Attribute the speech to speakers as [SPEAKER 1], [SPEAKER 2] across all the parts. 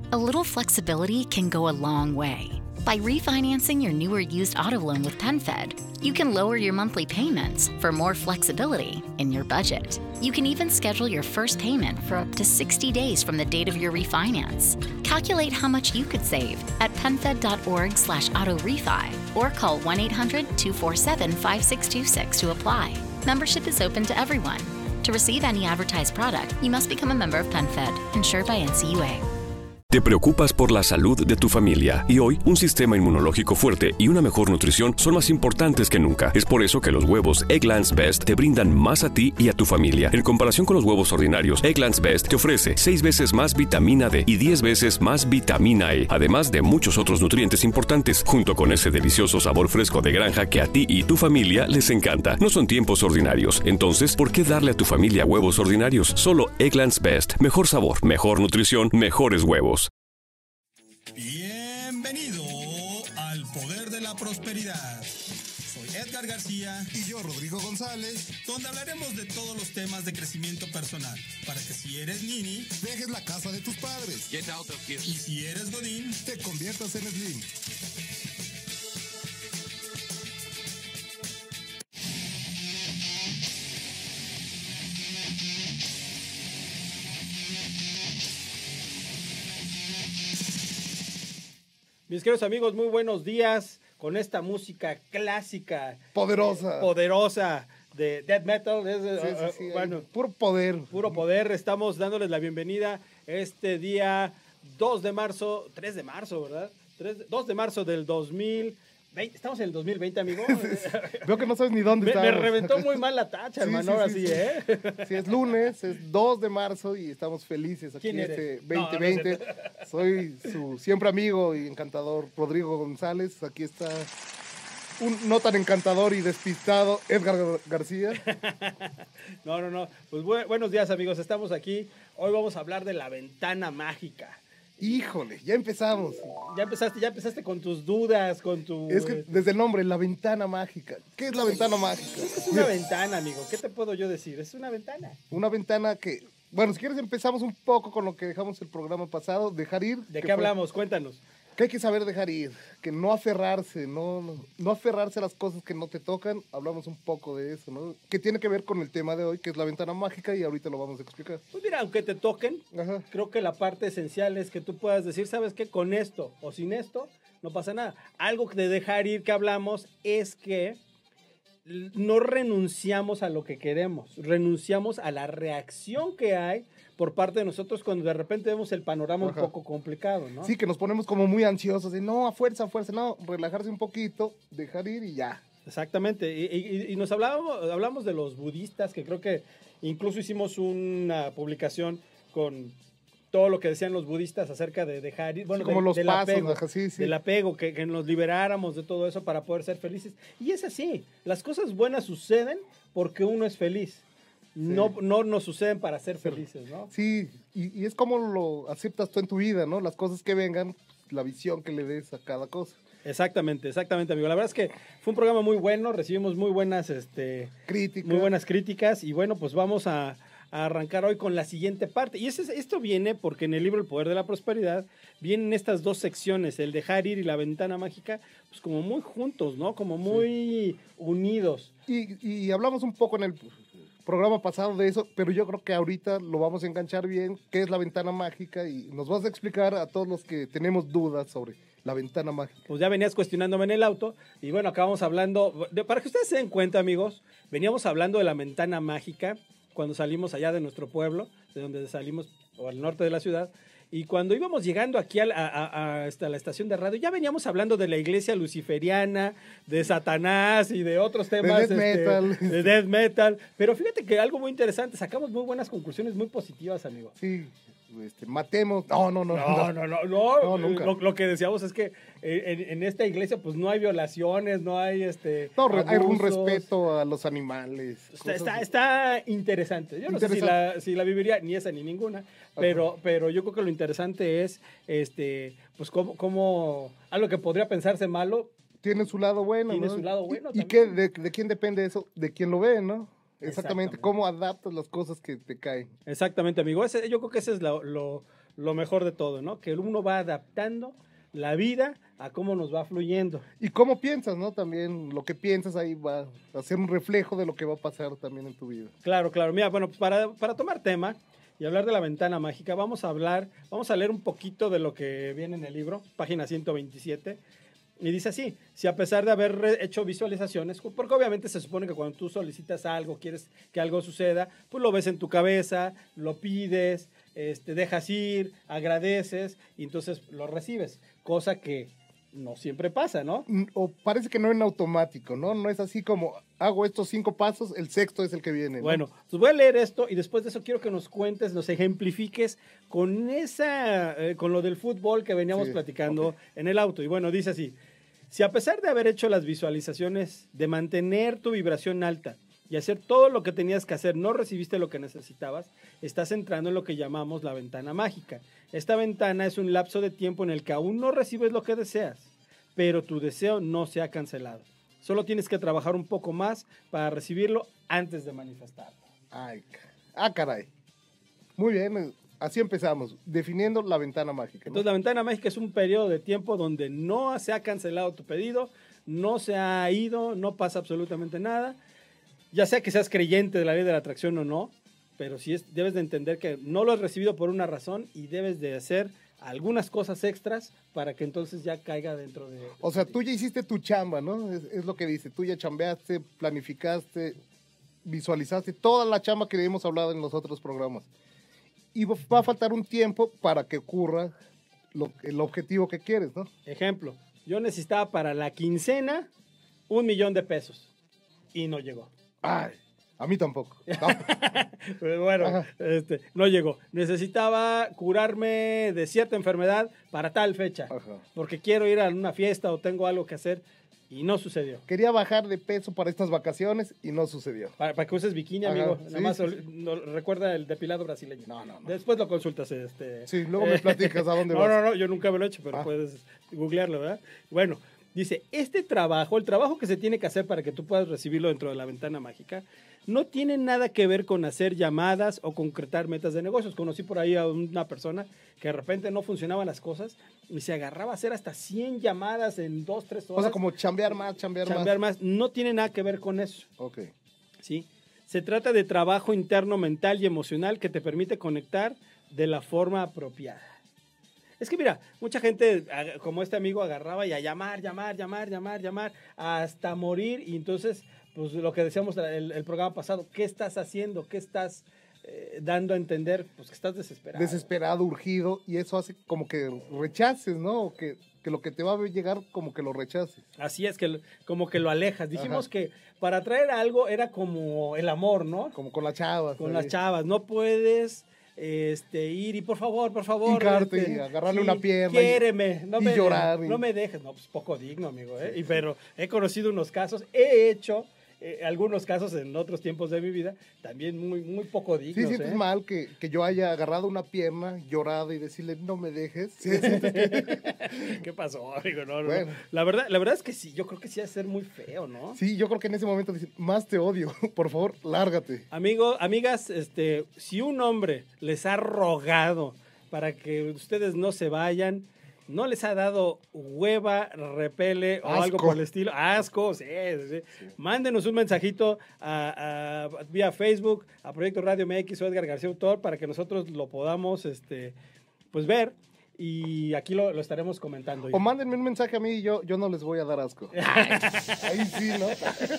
[SPEAKER 1] A little flexibility can go a long way. By refinancing your new or used auto loan with PenFed, you can lower your monthly payments for more flexibility in your budget. You can even schedule your first payment for up to 60 days from the date of your refinance. Calculate how much you could save at PenFed.org/auto-refi or call 1-800-247-5626 to apply. Membership is open to everyone. To receive any advertised product, you must become a member of PenFed, insured by NCUA.
[SPEAKER 2] Te preocupas por la salud de tu familia y hoy un sistema inmunológico fuerte y una mejor nutrición son más importantes que nunca. Es por eso que los huevos Eggland's Best te brindan más a ti y a tu familia. En comparación con los huevos ordinarios, Eggland's Best te ofrece 6 veces más vitamina D y 10 veces más vitamina E, además de muchos otros nutrientes importantes, junto con ese delicioso sabor fresco de granja que a ti y tu familia les encanta. No son tiempos ordinarios, entonces, ¿por qué darle a tu familia huevos ordinarios? Solo Eggland's Best. Mejor sabor, mejor nutrición, mejores huevos.
[SPEAKER 3] Bienvenido al Poder de la Prosperidad. Soy Edgar García
[SPEAKER 4] y yo, Rodrigo González,
[SPEAKER 3] donde hablaremos de todos los temas de crecimiento personal, para que si eres nini,
[SPEAKER 4] dejes la casa de tus padres.
[SPEAKER 3] Get out of here. Y si eres godín,
[SPEAKER 4] te conviertas en slim.
[SPEAKER 5] Mis queridos amigos, muy buenos días con esta música clásica.
[SPEAKER 4] Poderosa
[SPEAKER 5] de death metal.
[SPEAKER 4] Sí, bueno, puro poder.
[SPEAKER 5] Puro poder. Estamos dándoles la bienvenida este día 3 de marzo, ¿verdad? 2 de marzo del 2020. Estamos en el 2020, amigo.
[SPEAKER 4] Veo que no sabes ni dónde estamos.
[SPEAKER 5] Me reventó muy mal la tacha, hermano, ahora sí, ¿eh?
[SPEAKER 4] Sí, es lunes, es 2 de marzo y estamos felices aquí en este 2020. Soy su siempre amigo y encantador Rodrigo González. Aquí está un no tan encantador y despistado Edgar García.
[SPEAKER 5] No. Pues buenos días, amigos. Estamos aquí. Hoy vamos a hablar de la ventana mágica.
[SPEAKER 4] Híjole, ya empezamos.
[SPEAKER 5] Ya empezaste con tus dudas, con tu...
[SPEAKER 4] Es que desde el nombre, la ventana mágica. ¿Qué es la ventana mágica?
[SPEAKER 5] Es una ventana, amigo. ¿Qué te puedo yo decir? Es una ventana.
[SPEAKER 4] Una ventana que... Bueno, si quieres empezamos un poco con lo que dejamos el programa pasado, dejar ir.
[SPEAKER 5] ¿De qué hablamos? Cuéntanos.
[SPEAKER 4] Que hay que saber dejar ir, que no aferrarse, no aferrarse a las cosas que no te tocan. Hablamos un poco de eso, ¿no? Que tiene que ver con el tema de hoy, que es la ventana mágica, y ahorita lo vamos a explicar.
[SPEAKER 5] Pues mira, aunque te toquen,
[SPEAKER 4] ajá,
[SPEAKER 5] creo que la parte esencial es que tú puedas decir, ¿sabes qué? Con esto o sin esto no pasa nada. Algo de dejar ir que hablamos es que no renunciamos a lo que queremos, renunciamos a la reacción que hay por parte de nosotros cuando de repente vemos el panorama
[SPEAKER 4] ajá,
[SPEAKER 5] un poco complicado, ¿no?
[SPEAKER 4] Sí, que nos ponemos como muy ansiosos, de no, a fuerza, no, relajarse un poquito, dejar ir y ya.
[SPEAKER 5] Exactamente, y nos hablamos de los budistas, que creo que incluso hicimos una publicación con todo lo que decían los budistas acerca de dejar ir, bueno,
[SPEAKER 4] sí, como los
[SPEAKER 5] del
[SPEAKER 4] pasos,
[SPEAKER 5] apego,
[SPEAKER 4] ajá, sí.
[SPEAKER 5] del apego, que nos liberáramos de todo eso para poder ser felices. Y es así, las cosas buenas suceden porque uno es feliz. Sí. No nos suceden para ser felices, ¿no?
[SPEAKER 4] Sí, y es como lo aceptas tú en tu vida, ¿no? Las cosas que vengan, la visión que le des a cada cosa.
[SPEAKER 5] Exactamente, amigo. La verdad es que fue un programa muy bueno, recibimos muy buenas críticas y bueno, pues vamos a arrancar hoy con la siguiente parte. Y esto viene porque en el libro El Poder de la Prosperidad vienen estas dos secciones, el dejar ir y la ventana mágica, pues como muy juntos, ¿no? Como muy unidos.
[SPEAKER 4] Y hablamos un poco en el programa pasado de eso, pero yo creo que ahorita lo vamos a enganchar bien, qué es la ventana mágica, y nos vas a explicar a todos los que tenemos dudas sobre la ventana mágica.
[SPEAKER 5] Pues ya venías cuestionándome en el auto, y bueno, acabamos hablando, para que ustedes se den cuenta, amigos, veníamos hablando de la ventana mágica cuando salimos allá de nuestro pueblo, de donde salimos, o al norte de la ciudad, y cuando íbamos llegando aquí hasta la estación de radio, ya veníamos hablando de la iglesia luciferiana, de Satanás y de otros temas. De death metal. Pero fíjate que algo muy interesante, sacamos muy buenas conclusiones, muy positivas, amigo.
[SPEAKER 4] Sí, matemos. No, nunca.
[SPEAKER 5] Lo que decíamos es que en esta iglesia pues no hay violaciones, no hay
[SPEAKER 4] hay un respeto a los animales.
[SPEAKER 5] Está interesante. Yo no sé si la viviría ni esa ni ninguna, pero yo creo que lo interesante es pues cómo algo que podría pensarse malo
[SPEAKER 4] tiene su lado bueno.
[SPEAKER 5] Tiene su lado bueno.
[SPEAKER 4] ¿Y qué, de quién depende eso? De quién lo ve, ¿no? Exactamente, cómo adaptas las cosas que te caen.
[SPEAKER 5] Exactamente, amigo. Yo creo que ese es lo lo mejor de todo, ¿no? Que uno va adaptando la vida a cómo nos va fluyendo.
[SPEAKER 4] Y cómo piensas, ¿no? También lo que piensas ahí va a ser un reflejo de lo que va a pasar también en tu vida.
[SPEAKER 5] Claro, claro. Mira, bueno, para tomar tema y hablar de la ventana mágica, vamos a leer un poquito de lo que viene en el libro, página 127. Y dice así: si a pesar de haber hecho visualizaciones, porque obviamente se supone que cuando tú solicitas algo, quieres que algo suceda, pues lo ves en tu cabeza, lo pides, dejas ir, agradeces y entonces lo recibes, cosa que no siempre pasa, ¿no?
[SPEAKER 4] O parece que no en automático, ¿no? No es así como hago estos 5 pasos, el sexto es el que viene, ¿no?
[SPEAKER 5] Bueno, pues voy a leer esto y después de eso quiero que nos cuentes, nos ejemplifiques con con lo del fútbol que veníamos platicando en el auto. Y bueno, dice así: si a pesar de haber hecho las visualizaciones, de mantener tu vibración alta y hacer todo lo que tenías que hacer, no recibiste lo que necesitabas, estás entrando en lo que llamamos la ventana mágica. Esta ventana es un lapso de tiempo en el que aún no recibes lo que deseas, pero tu deseo no se ha cancelado. Solo tienes que trabajar un poco más para recibirlo antes de manifestarlo.
[SPEAKER 4] Ay, caray. Muy bien, así empezamos, definiendo la ventana mágica, ¿no?
[SPEAKER 5] Entonces, la ventana mágica es un periodo de tiempo donde no se ha cancelado tu pedido, no se ha ido, no pasa absolutamente nada. Ya sea que seas creyente de la ley de la atracción o no, pero sí debes de entender que no lo has recibido por una razón y debes de hacer algunas cosas extras para que entonces ya caiga dentro de...
[SPEAKER 4] O sea, tú ya hiciste tu chamba, ¿no? Es lo que dice, tú ya chambeaste, planificaste, visualizaste toda la chamba que hemos hablado en los otros programas. Y va a faltar un tiempo para que ocurra el objetivo que quieres, ¿no?
[SPEAKER 5] Ejemplo, yo necesitaba para la quincena 1,000,000 de pesos y no llegó.
[SPEAKER 4] Ay, a mí tampoco.
[SPEAKER 5] Pero bueno, no llegó. Necesitaba curarme de cierta enfermedad para tal fecha.
[SPEAKER 4] Ajá.
[SPEAKER 5] Porque quiero ir a una fiesta o tengo algo que hacer y no sucedió.
[SPEAKER 4] Quería bajar de peso para estas vacaciones y no sucedió.
[SPEAKER 5] Para que uses bikini, amigo. Nada más no, recuerda el depilado brasileño.
[SPEAKER 4] No.
[SPEAKER 5] Después lo consultas.
[SPEAKER 4] Sí, luego me platicas a dónde vas.
[SPEAKER 5] No, yo nunca me lo he hecho, pero puedes googlearlo, ¿verdad? Bueno, dice, el trabajo que se tiene que hacer para que tú puedas recibirlo dentro de la ventana mágica, no tiene nada que ver con hacer llamadas o concretar metas de negocios. Conocí por ahí a una persona que de repente no funcionaban las cosas y se agarraba a hacer hasta 100 llamadas en 2-3 horas.
[SPEAKER 4] O sea, como chambear más.
[SPEAKER 5] No tiene nada que ver con eso.
[SPEAKER 4] Ok.
[SPEAKER 5] ¿Sí? Se trata de trabajo interno, mental y emocional que te permite conectar de la forma apropiada. Es que mira, mucha gente, como este amigo, agarraba y a llamar, hasta morir. Y entonces, pues lo que decíamos el programa pasado, ¿qué estás haciendo? ¿Qué estás dando a entender? Pues que estás desesperado.
[SPEAKER 4] Desesperado, urgido, y eso hace como que rechaces, ¿no? Que lo que te va a llegar como que lo rechaces.
[SPEAKER 5] Así es, como que lo alejas. Dijimos que para atraer algo era como el amor, ¿no?
[SPEAKER 4] Como con las chavas.
[SPEAKER 5] Con las chavas. No puedes... ir y por favor,
[SPEAKER 4] hincarte y agarrarle una pierna
[SPEAKER 5] quiéreme,
[SPEAKER 4] y llorar
[SPEAKER 5] no me dejes, no, pues poco digno, amigo, pero he conocido unos casos, he hecho algunos casos en otros tiempos de mi vida también muy, muy poco dignos.
[SPEAKER 4] Sí, sientes mal que yo haya agarrado una pierna, llorado y decirle no me dejes. Sí,
[SPEAKER 5] ¿Qué pasó, amigo? No.
[SPEAKER 4] Bueno.
[SPEAKER 5] La verdad es que sí, yo creo que sí ha de ser muy feo, ¿no?
[SPEAKER 4] Sí, yo creo que en ese momento dicen, más te odio, por favor, lárgate.
[SPEAKER 5] Amigas, si un hombre les ha rogado para que ustedes no se vayan, no les ha dado hueva, repele o algo por el estilo, asco, sí. Mándenos un mensajito vía Facebook a Proyecto Radio MX o Edgar García Autor para que nosotros lo podamos pues ver y aquí lo estaremos comentando.
[SPEAKER 4] O mándenme un mensaje a mí y yo no les voy a dar asco. Ahí sí, ¿no?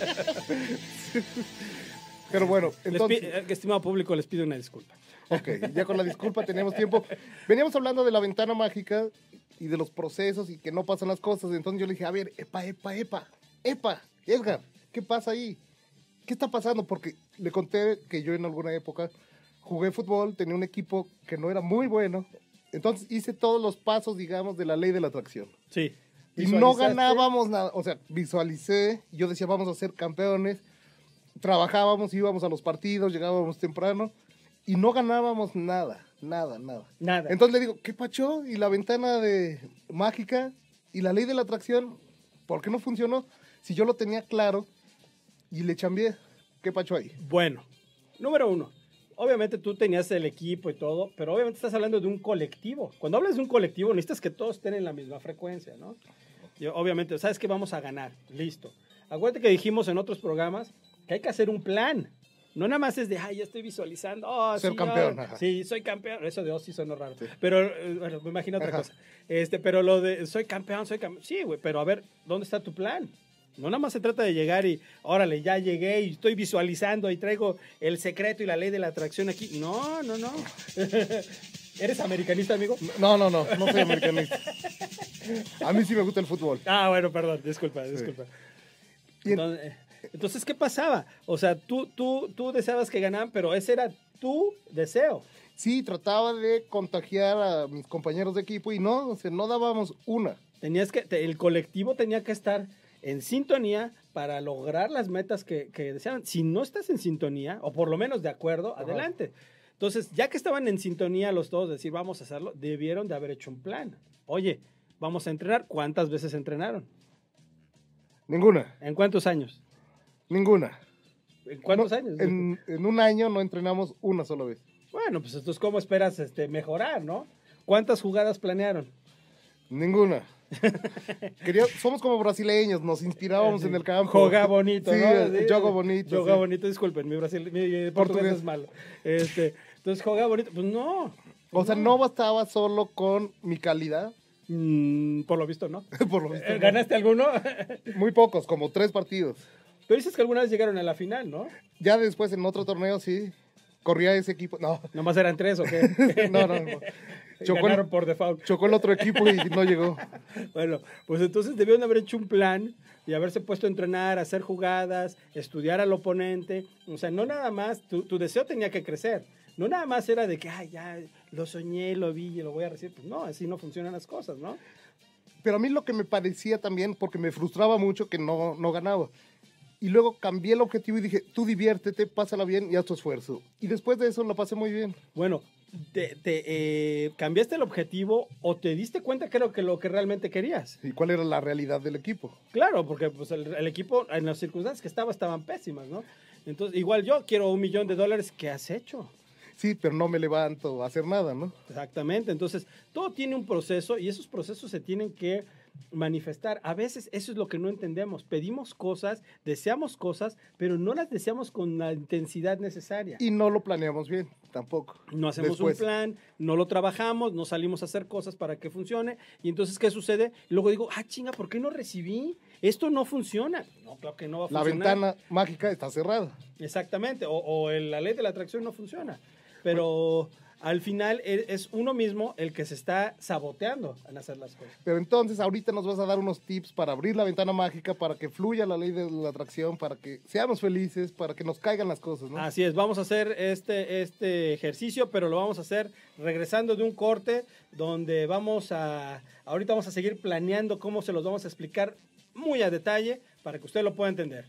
[SPEAKER 4] Pero bueno, entonces...
[SPEAKER 5] Estimado público, les pido una disculpa.
[SPEAKER 4] Ok, ya con la disculpa tenemos tiempo. Veníamos hablando de la ventana mágica y de los procesos y que no pasan las cosas. Entonces yo le dije, a ver, epa, Edgar, ¿qué pasa ahí? ¿Qué está pasando? Porque le conté que yo en alguna época jugué fútbol, tenía un equipo que no era muy bueno. Entonces hice todos los pasos, digamos, de la ley de la atracción.
[SPEAKER 5] Sí.
[SPEAKER 4] Y no ganábamos nada. O sea, visualicé, yo decía, vamos a ser campeones. Trabajábamos, íbamos a los partidos, llegábamos temprano. Y no ganábamos nada. Entonces le digo, ¿qué pacho? Y la ventana mágica y la ley de la atracción, ¿por qué no funcionó? Si yo lo tenía claro y le chambié, ¿qué pacho ahí?
[SPEAKER 5] Bueno, número 1, obviamente tú tenías el equipo y todo, pero obviamente estás hablando de un colectivo. Cuando hablas de un colectivo, necesitas que todos estén en la misma frecuencia, ¿no? Y obviamente, sabes que vamos a ganar, listo. Acuérdate que dijimos en otros programas que hay que hacer un plan. No nada más es de, ay, ya estoy visualizando. Oh,
[SPEAKER 4] ser
[SPEAKER 5] sí,
[SPEAKER 4] campeón.
[SPEAKER 5] Sí, soy campeón. Eso de sí suena raro.
[SPEAKER 4] Sí.
[SPEAKER 5] Pero, bueno, me imagino otra cosa. Pero lo de, soy campeón. Sí, güey, pero a ver, ¿dónde está tu plan? No nada más se trata de llegar y, órale, ya llegué y estoy visualizando y traigo el secreto y la ley de la atracción aquí. No. ¿Eres americanista, amigo?
[SPEAKER 4] No soy americanista. A mí sí me gusta el fútbol.
[SPEAKER 5] Ah, bueno, perdón, disculpa.
[SPEAKER 4] Sí.
[SPEAKER 5] Entonces, ¿qué pasaba? O sea, tú deseabas que ganaran, pero ese era tu deseo.
[SPEAKER 4] Sí, trataba de contagiar a mis compañeros de equipo y no, no dábamos una.
[SPEAKER 5] El colectivo tenía que estar en sintonía para lograr las metas que deseaban. Si no estás en sintonía, o por lo menos de acuerdo, adelante. Entonces, ya que estaban en sintonía los dos, decir, vamos a hacerlo, debieron de haber hecho un plan. Oye, vamos a entrenar. ¿Cuántas veces entrenaron?
[SPEAKER 4] Ninguna.
[SPEAKER 5] ¿En cuántos años?
[SPEAKER 4] Ninguna.
[SPEAKER 5] ¿En cuántos años?
[SPEAKER 4] En un año no entrenamos una sola vez.
[SPEAKER 5] Bueno, pues entonces, ¿cómo esperas mejorar, no? ¿Cuántas jugadas planearon?
[SPEAKER 4] Ninguna. Somos como brasileños, nos inspirábamos en el campo.
[SPEAKER 5] Joga bonito,
[SPEAKER 4] sí,
[SPEAKER 5] ¿no? Sí,
[SPEAKER 4] joga bonito.
[SPEAKER 5] Joga
[SPEAKER 4] sí.
[SPEAKER 5] bonito, disculpen, mi portugués es malo. Entonces, joga bonito, pues no.
[SPEAKER 4] O sea, no bastaba solo con mi calidad.
[SPEAKER 5] Por lo visto, ¿no?
[SPEAKER 4] Por lo visto,
[SPEAKER 5] ¿Ganaste alguno?
[SPEAKER 4] Muy pocos, como 3 partidos.
[SPEAKER 5] Pero dices que alguna vez llegaron a la final, ¿no?
[SPEAKER 4] Ya después en otro torneo sí, corría ese equipo. No.
[SPEAKER 5] ¿Nomás eran 3 o qué?
[SPEAKER 4] No.
[SPEAKER 5] Ganaron por default.
[SPEAKER 4] Chocó el otro equipo y no llegó.
[SPEAKER 5] Bueno, pues entonces debieron haber hecho un plan y haberse puesto a entrenar, a hacer jugadas, estudiar al oponente. O sea, no nada más, tu deseo tenía que crecer. No nada más era de que, ay, ya lo soñé, lo vi y lo voy a recibir. Pues no, así no funcionan las cosas, ¿no?
[SPEAKER 4] Pero a mí lo que me parecía también, porque me frustraba mucho que no ganaba. Y luego cambié el objetivo y dije, tú diviértete, pásala bien y haz tu esfuerzo. Y después de eso la pasé muy bien.
[SPEAKER 5] Bueno, ¿cambiaste el objetivo o te diste cuenta que era lo que realmente querías?
[SPEAKER 4] ¿Y cuál era la realidad del equipo?
[SPEAKER 5] Claro, porque pues, el equipo en las circunstancias que estaban pésimas, ¿no? Entonces, igual yo quiero $1 millón. ¿Qué has hecho?
[SPEAKER 4] Sí, pero no me levanto a hacer nada, ¿no?
[SPEAKER 5] Exactamente. Entonces, todo tiene un proceso y esos procesos se tienen que manifestar. A veces eso es lo que no entendemos. Pedimos cosas, deseamos cosas, pero no las deseamos con la intensidad necesaria.
[SPEAKER 4] Y no lo planeamos bien, tampoco.
[SPEAKER 5] No hacemos un plan, no lo trabajamos, no salimos a hacer cosas para que funcione. Y entonces, ¿qué sucede? Luego digo, chinga, ¿por qué no recibí? Esto no funciona. No, claro que no va a funcionar.
[SPEAKER 4] La ventana mágica está cerrada.
[SPEAKER 5] Exactamente. O la ley de la atracción no funciona. Pero al final es uno mismo el que se está saboteando en hacer las cosas.
[SPEAKER 4] Pero entonces ahorita nos vas a dar unos tips para abrir la ventana mágica, para que fluya la ley de la atracción, para que seamos felices, para que nos caigan las cosas, ¿no?
[SPEAKER 5] Así es, vamos a hacer este ejercicio, pero lo vamos a hacer regresando de un corte donde ahorita vamos a seguir planeando cómo se los vamos a explicar muy a detalle para que usted lo pueda entender.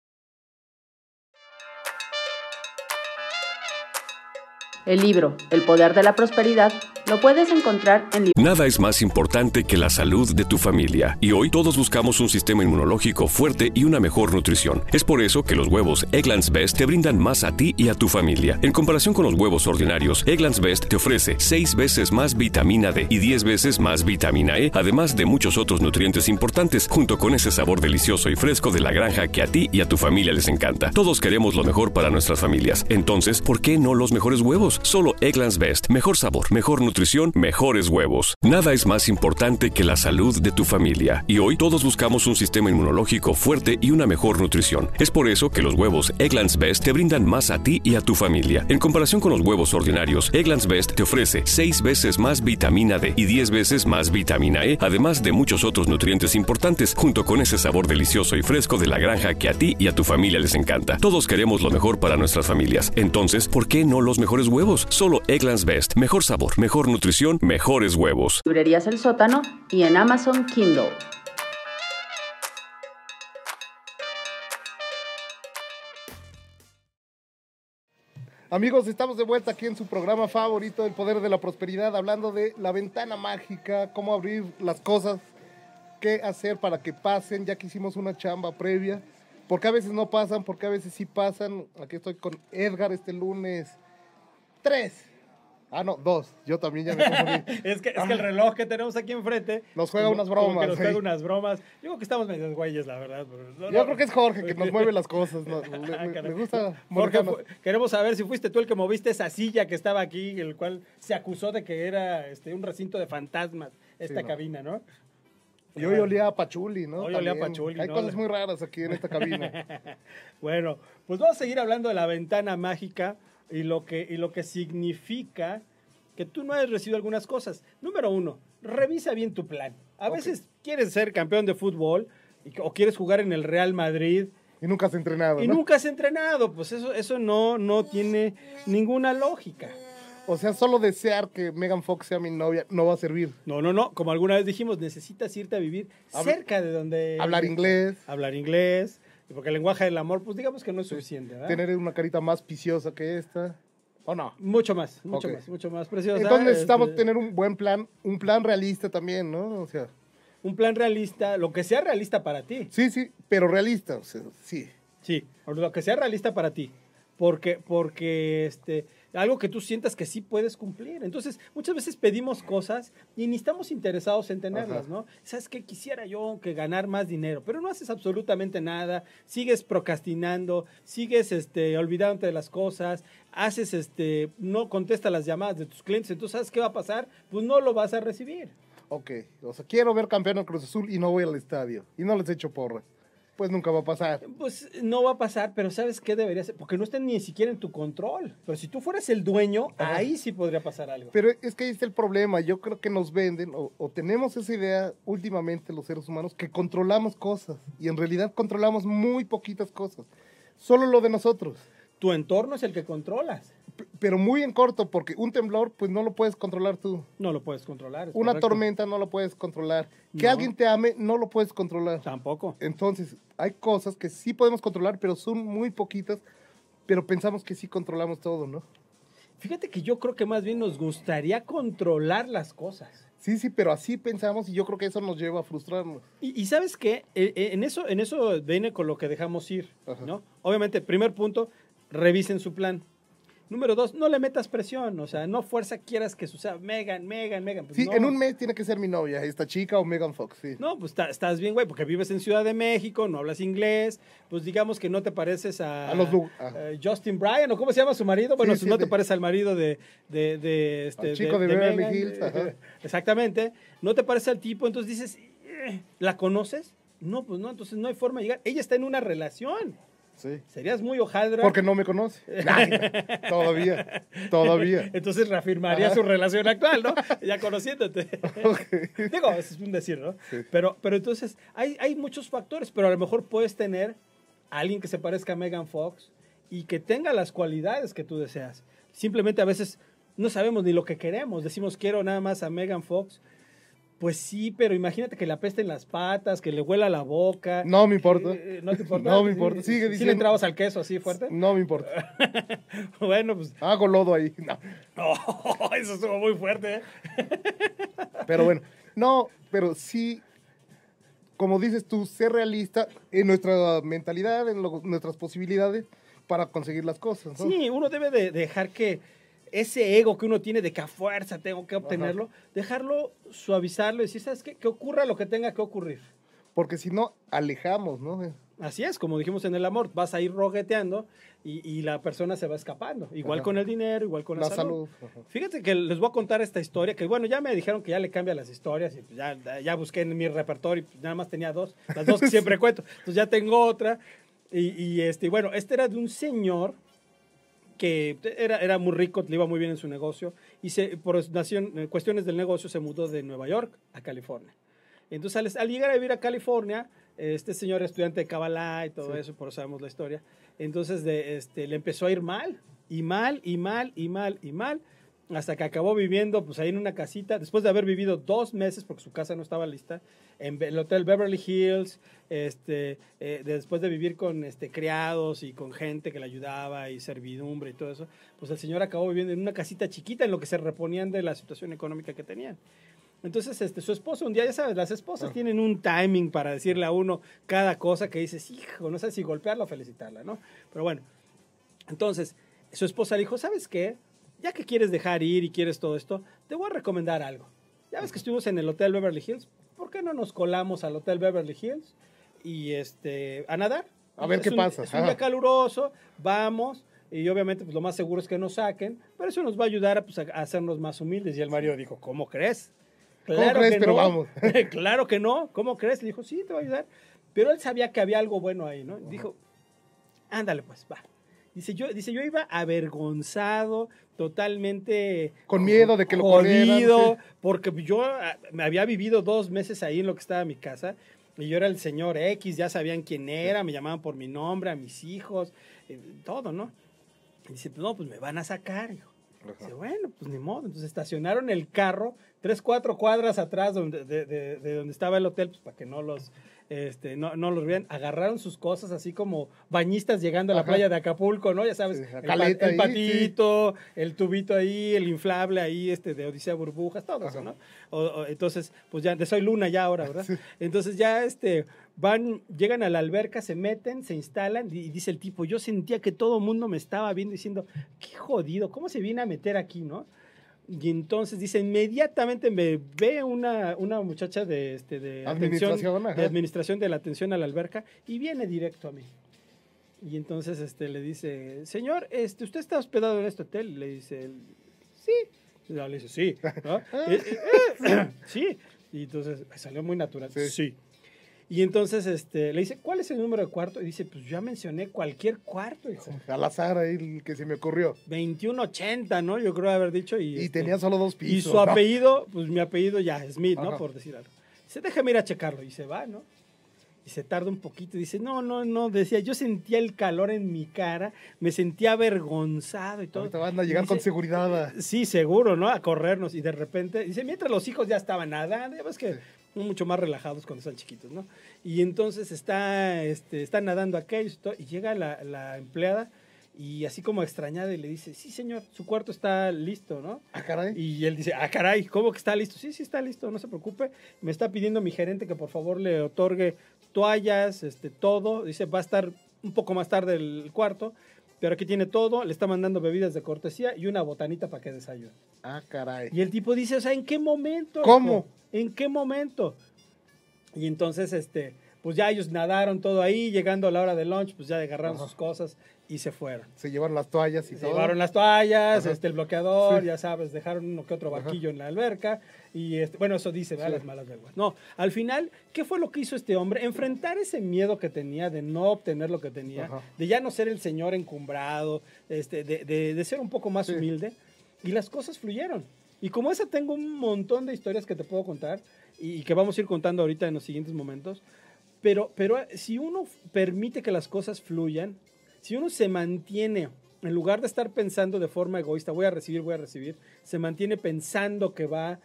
[SPEAKER 6] El libro El Poder de la Prosperidad lo puedes encontrar en
[SPEAKER 2] Nada es más importante que la salud de tu familia. Y hoy todos buscamos un sistema inmunológico fuerte y una mejor nutrición. Es por eso que los huevos Eggland's Best te brindan más a ti y a tu familia. En comparación con los huevos ordinarios, Eggland's Best te ofrece 6 veces más vitamina D y 10 veces más vitamina E, además de muchos otros nutrientes importantes, junto con ese sabor delicioso y fresco de la granja que a ti y a tu familia les encanta. Todos queremos lo mejor para nuestras familias. Entonces, ¿por qué no los mejores huevos? Solo Eggland's Best. Mejor sabor, mejor nutrición, mejores huevos. Nada es más importante que la salud de tu familia. Y hoy todos buscamos un sistema inmunológico fuerte y una mejor nutrición. Es por eso que los huevos Eggland's Best te brindan más a ti y a tu familia. En comparación con los huevos ordinarios, Eggland's Best te ofrece 6 veces más vitamina D y 10 veces más vitamina E, además de muchos otros nutrientes importantes, junto con ese sabor delicioso y fresco de la granja que a ti y a tu familia les encanta. Todos queremos lo mejor para nuestras familias. Entonces, ¿por qué no los mejores huevos? Solo Eggland's Best. Mejor sabor, mejor nutrición, mejores huevos.
[SPEAKER 6] librerías El Sótano y en Amazon Kindle.
[SPEAKER 4] Amigos, estamos de vuelta aquí en su programa favorito, El Poder de la Prosperidad, hablando de la ventana mágica, cómo abrir las cosas, qué hacer para que pasen, ya que hicimos una chamba previa, porque a veces no pasan, porque a veces sí pasan. Aquí estoy con Edgar este lunes 3. Ah, no, 2. Yo también ya me confundí.
[SPEAKER 5] es que el reloj que tenemos aquí enfrente
[SPEAKER 4] nos juega unas bromas.
[SPEAKER 5] Como que nos juega unas bromas. Yo creo que estamos medio güeyes, la verdad. Pero
[SPEAKER 4] yo creo que es Jorge que nos mueve las cosas. Le gusta.
[SPEAKER 5] Jorge, queremos saber si fuiste tú el que moviste esa silla que estaba aquí, el cual se acusó de que era un recinto de fantasmas, esta cabina, ¿no?
[SPEAKER 4] Y hoy olía a pachuli, ¿no?
[SPEAKER 5] Hoy olía a pachuli,
[SPEAKER 4] hay cosas muy raras aquí en esta cabina.
[SPEAKER 5] Bueno, pues vamos a seguir hablando de la ventana mágica y lo que significa que tú no hayas recibido algunas cosas. Número 1, revisa bien tu plan. A veces quieres ser campeón de fútbol o quieres jugar en el Real Madrid.
[SPEAKER 4] Y nunca has entrenado,
[SPEAKER 5] Y nunca has entrenado. Pues eso no tiene ninguna lógica.
[SPEAKER 4] O sea, solo desear que Megan Fox sea mi novia no va a servir.
[SPEAKER 5] No. Como alguna vez dijimos, necesitas irte a vivir cerca de donde...
[SPEAKER 4] Hablar inglés.
[SPEAKER 5] Porque el lenguaje del amor, pues digamos que no es suficiente, ¿verdad?
[SPEAKER 4] Tener una carita más piciosa que esta. ¿O no?
[SPEAKER 5] Mucho más preciosa.
[SPEAKER 4] Entonces necesitamos tener un buen plan, un plan realista también, ¿no? O sea...
[SPEAKER 5] Un plan realista, lo que sea realista para ti.
[SPEAKER 4] Sí, pero realista, o sea, sí.
[SPEAKER 5] Sí, lo que sea realista para ti. Porque algo que tú sientas que sí puedes cumplir. Entonces, muchas veces pedimos cosas y ni estamos interesados en tenerlas, ¿no? ¿Sabes qué? Quisiera yo que ganar más dinero, pero no haces absolutamente nada, sigues procrastinando, sigues olvidándote de las cosas, no contestas las llamadas de tus clientes, entonces, ¿sabes qué va a pasar? Pues no lo vas a recibir.
[SPEAKER 4] Ok, o sea, quiero ver campeón al Cruz Azul y no voy al estadio, y no les echo porra. Pues nunca va a pasar.
[SPEAKER 5] Pues no va a pasar, pero ¿sabes qué debería ser? Porque no está ni siquiera en tu control. Pero si tú fueras el dueño, ahí sí podría pasar algo.
[SPEAKER 4] Pero es que ahí está el problema. Yo creo que nos venden o tenemos esa idea últimamente los seres humanos que controlamos cosas. Y en realidad controlamos muy poquitas cosas. Solo lo de nosotros.
[SPEAKER 5] Tu entorno es el que controlas.
[SPEAKER 4] Pero muy en corto, porque un temblor, pues no lo puedes controlar tú.
[SPEAKER 5] No lo puedes controlar.
[SPEAKER 4] Una tormenta no lo puedes controlar. Que alguien te ame, no lo puedes controlar.
[SPEAKER 5] Tampoco.
[SPEAKER 4] Entonces, hay cosas que sí podemos controlar, pero son muy poquitas, pero pensamos que sí controlamos todo, ¿no?
[SPEAKER 5] Fíjate que yo creo que más bien nos gustaría controlar las cosas.
[SPEAKER 4] Sí, pero así pensamos y yo creo que eso nos lleva a frustrarnos.
[SPEAKER 5] Y ¿sabes qué? En eso viene con lo que dejamos ir, ¿no? Obviamente, primer punto, revisen su plan. Número 2, no le metas presión, o sea, no fuerza quieras que suceda Megan. Pues
[SPEAKER 4] sí,
[SPEAKER 5] no.
[SPEAKER 4] En un mes tiene que ser mi novia, esta chica o Megan Fox, sí.
[SPEAKER 5] No, pues estás bien, güey, porque vives en Ciudad de México, no hablas inglés, pues digamos que no te pareces a los Justin Bryan, o ¿cómo se llama su marido? Bueno, no te pareces al marido
[SPEAKER 4] al chico de Beverly Hills.
[SPEAKER 5] Exactamente, no te parece al tipo, entonces dices, ¿la conoces? No, pues no, entonces no hay forma de llegar. Ella está en una relación.
[SPEAKER 4] Sí.
[SPEAKER 5] Serías muy hojaldra.
[SPEAKER 4] Porque no me conoce. Todavía.
[SPEAKER 5] Entonces reafirmaría su relación actual, ¿no? Ya conociéndote. Okay. Digo, eso es un decir, ¿no? Sí. Pero entonces hay muchos factores, pero a lo mejor puedes tener a alguien que se parezca a Megan Fox y que tenga las cualidades que tú deseas. Simplemente a veces no sabemos ni lo que queremos. Decimos, quiero nada más a Megan Fox. Pues sí, pero imagínate que le apesten las patas, que le huela la boca.
[SPEAKER 4] No me importa.
[SPEAKER 5] ¿No te importa?
[SPEAKER 4] No me importa. Sigue diciendo.
[SPEAKER 5] ¿Sí le entrabas al queso así fuerte?
[SPEAKER 4] No me importa.
[SPEAKER 5] Bueno, pues...
[SPEAKER 4] Hago lodo ahí. No.
[SPEAKER 5] Oh, eso estuvo muy fuerte, ¿eh?
[SPEAKER 4] Pero bueno, no, pero sí, como dices tú, ser realista en nuestra mentalidad, en nuestras posibilidades para conseguir las cosas, ¿no?
[SPEAKER 5] Sí, uno debe de dejar que ese ego que uno tiene de que a fuerza tengo que obtenerlo, dejarlo, suavizarlo y decir, ¿sabes qué? Que ocurra lo que tenga que ocurrir.
[SPEAKER 4] Porque si no, alejamos, ¿no?
[SPEAKER 5] Así es, como dijimos en el amor, vas a ir rogueteando y la persona se va escapando. Igual con el dinero, igual con la salud. Fíjate que les voy a contar esta historia, que bueno, ya me dijeron que ya le cambia las historias y pues ya busqué en mi repertorio y pues nada más tenía dos, las dos que siempre cuento. Entonces ya tengo otra y bueno, este era de un señor que era muy rico, le iba muy bien en su negocio y por cuestiones del negocio se mudó de Nueva York a California. Entonces al llegar a vivir a California, este señor estudiante de Kabbalah y todo eso, por eso sabemos la historia, entonces le empezó a ir mal, hasta que acabó viviendo pues ahí en una casita, después de haber vivido 2 meses, porque su casa no estaba lista, en el Hotel Beverly Hills, después de vivir con criados y con gente que le ayudaba y servidumbre y todo eso, pues el señor acabó viviendo en una casita chiquita en lo que se reponían de la situación económica que tenían. Entonces, su esposo, un día, ya sabes, las esposas tienen un timing para decirle a uno cada cosa que dices, hijo, no sé si golpearla o felicitarla, ¿no? Pero bueno, entonces, su esposa le dijo, ¿sabes qué? ya que quieres dejar ir y quieres todo esto, te voy a recomendar algo. Ya ves que estuvimos en el Hotel Beverly Hills, ¿por qué no nos colamos al Hotel Beverly Hills y a nadar?
[SPEAKER 4] A ver qué pasa.
[SPEAKER 5] Es un día caluroso, vamos, y obviamente pues, lo más seguro es que nos saquen, pero eso nos va a ayudar pues, a hacernos más humildes. Y el marido dijo, ¿cómo crees?
[SPEAKER 4] Claro, ¿cómo crees? Pero
[SPEAKER 5] no.
[SPEAKER 4] Vamos.
[SPEAKER 5] Claro que no, ¿cómo crees? Le dijo, sí, te va a ayudar. Pero él sabía que había algo bueno ahí, ¿no? Dijo, ándale pues, va. Dice, yo iba avergonzado, totalmente...
[SPEAKER 4] Con miedo de que lo
[SPEAKER 5] jodido,
[SPEAKER 4] corrieran, sí.
[SPEAKER 5] Porque yo me había vivido 2 meses ahí en lo que estaba mi casa, y yo era el señor X, ya sabían quién era, me llamaban por mi nombre, a mis hijos, todo, ¿no? Y dice, no, pues me van a sacar. Dice, bueno, pues ni modo. Entonces estacionaron el carro 3-4 cuadras atrás de donde estaba el hotel, pues para que no los vean. Agarraron sus cosas así como bañistas llegando a la playa de Acapulco, ¿no? Ya sabes,
[SPEAKER 4] Sí,
[SPEAKER 5] el patito, sí. El tubito ahí, el inflable ahí, de Odisea Burbujas, todo eso, ¿no? Entonces, pues ya, de Soy Luna ya ahora, ¿verdad? Sí. Entonces ya, llegan a la alberca, se meten, se instalan, y dice el tipo, yo sentía que todo el mundo me estaba viendo diciendo, qué jodido, ¿cómo se viene a meter aquí, no? Y entonces dice, inmediatamente me ve una muchacha de administración de la atención a la alberca y viene directo a mí. Y entonces le dice, señor, ¿usted está hospedado en este hotel? Y le dice, sí. Le dice, sí. ¿No? Sí. Y entonces salió muy natural. Sí. Y entonces le dice, ¿cuál es el número de cuarto? Y dice, pues ya mencioné cualquier cuarto, hijo.
[SPEAKER 4] Al azar ahí el que se me ocurrió.
[SPEAKER 5] 2180, ¿no? Yo creo haber dicho.
[SPEAKER 4] Y tenía solo 2 pisos.
[SPEAKER 5] Y su apellido, pues mi apellido ya, Smith, ¿no? Por decir algo. Dice, déjame ir a checarlo. Y se va, ¿no? Y se tarda un poquito. Y dice, no, decía, yo sentía el calor en mi cara, me sentía avergonzado y todo.
[SPEAKER 4] Ahorita van a llegar con seguridad.
[SPEAKER 5] Sí, seguro, ¿no? A corrernos. Y de repente, dice, mientras los hijos ya estaban nadando, ya ves que... Sí. Mucho más relajados cuando están chiquitos, ¿no? Y entonces está nadando aquello y llega la empleada y así como extrañada y le dice, sí, señor, su cuarto está listo, ¿no?
[SPEAKER 4] Ah, caray.
[SPEAKER 5] Y él dice, ah, caray, ¿cómo que está listo? Sí, está listo, no se preocupe. Me está pidiendo mi gerente que por favor le otorgue toallas, todo. Dice, va a estar un poco más tarde el cuarto, pero aquí tiene todo. Le está mandando bebidas de cortesía y una botanita para que desayune.
[SPEAKER 4] Ah, caray.
[SPEAKER 5] Y el tipo dice, o sea, ¿en qué momento?
[SPEAKER 4] ¿Cómo?
[SPEAKER 5] ¿En qué momento? Y entonces, pues ya ellos nadaron todo ahí, llegando a la hora del lunch, pues ya agarraron sus cosas y se fueron.
[SPEAKER 4] Se llevaron las toallas y todo.
[SPEAKER 5] Se llevaron las toallas, el bloqueador, ya sabes, dejaron uno que otro barquillo en la alberca. Y bueno, eso dice, ¿verdad? Las malas lenguas. No, al final, ¿qué fue lo que hizo este hombre? Enfrentar ese miedo que tenía de no obtener lo que tenía, de ya no ser el señor encumbrado, de ser un poco más humilde, y las cosas fluyeron. Y como esa tengo un montón de historias que te puedo contar y que vamos a ir contando ahorita en los siguientes momentos, pero si uno permite que las cosas fluyan, si uno se mantiene, en lugar de estar pensando de forma egoísta, voy a recibir, se mantiene pensando que va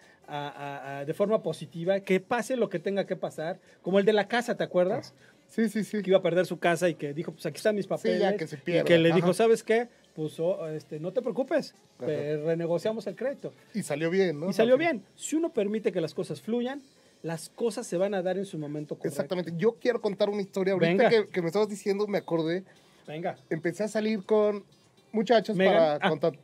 [SPEAKER 5] de forma positiva, que pase lo que tenga que pasar, como el de la casa, ¿te acuerdas?
[SPEAKER 4] Sí.
[SPEAKER 5] Que iba a perder su casa y que dijo, pues aquí están mis papeles.
[SPEAKER 4] Sí, ya que se pierda.
[SPEAKER 5] Y que le dijo, ¿sabes qué? Pues no te preocupes, renegociamos el crédito.
[SPEAKER 4] Y salió bien, ¿no?
[SPEAKER 5] Y salió bien. Si uno permite que las cosas fluyan, las cosas se van a dar en su momento correcto.
[SPEAKER 4] Exactamente. Yo quiero contar una historia. Ahorita que me estabas diciendo, me acordé.
[SPEAKER 5] Venga.
[SPEAKER 4] Empecé a salir con muchachos
[SPEAKER 5] Megan.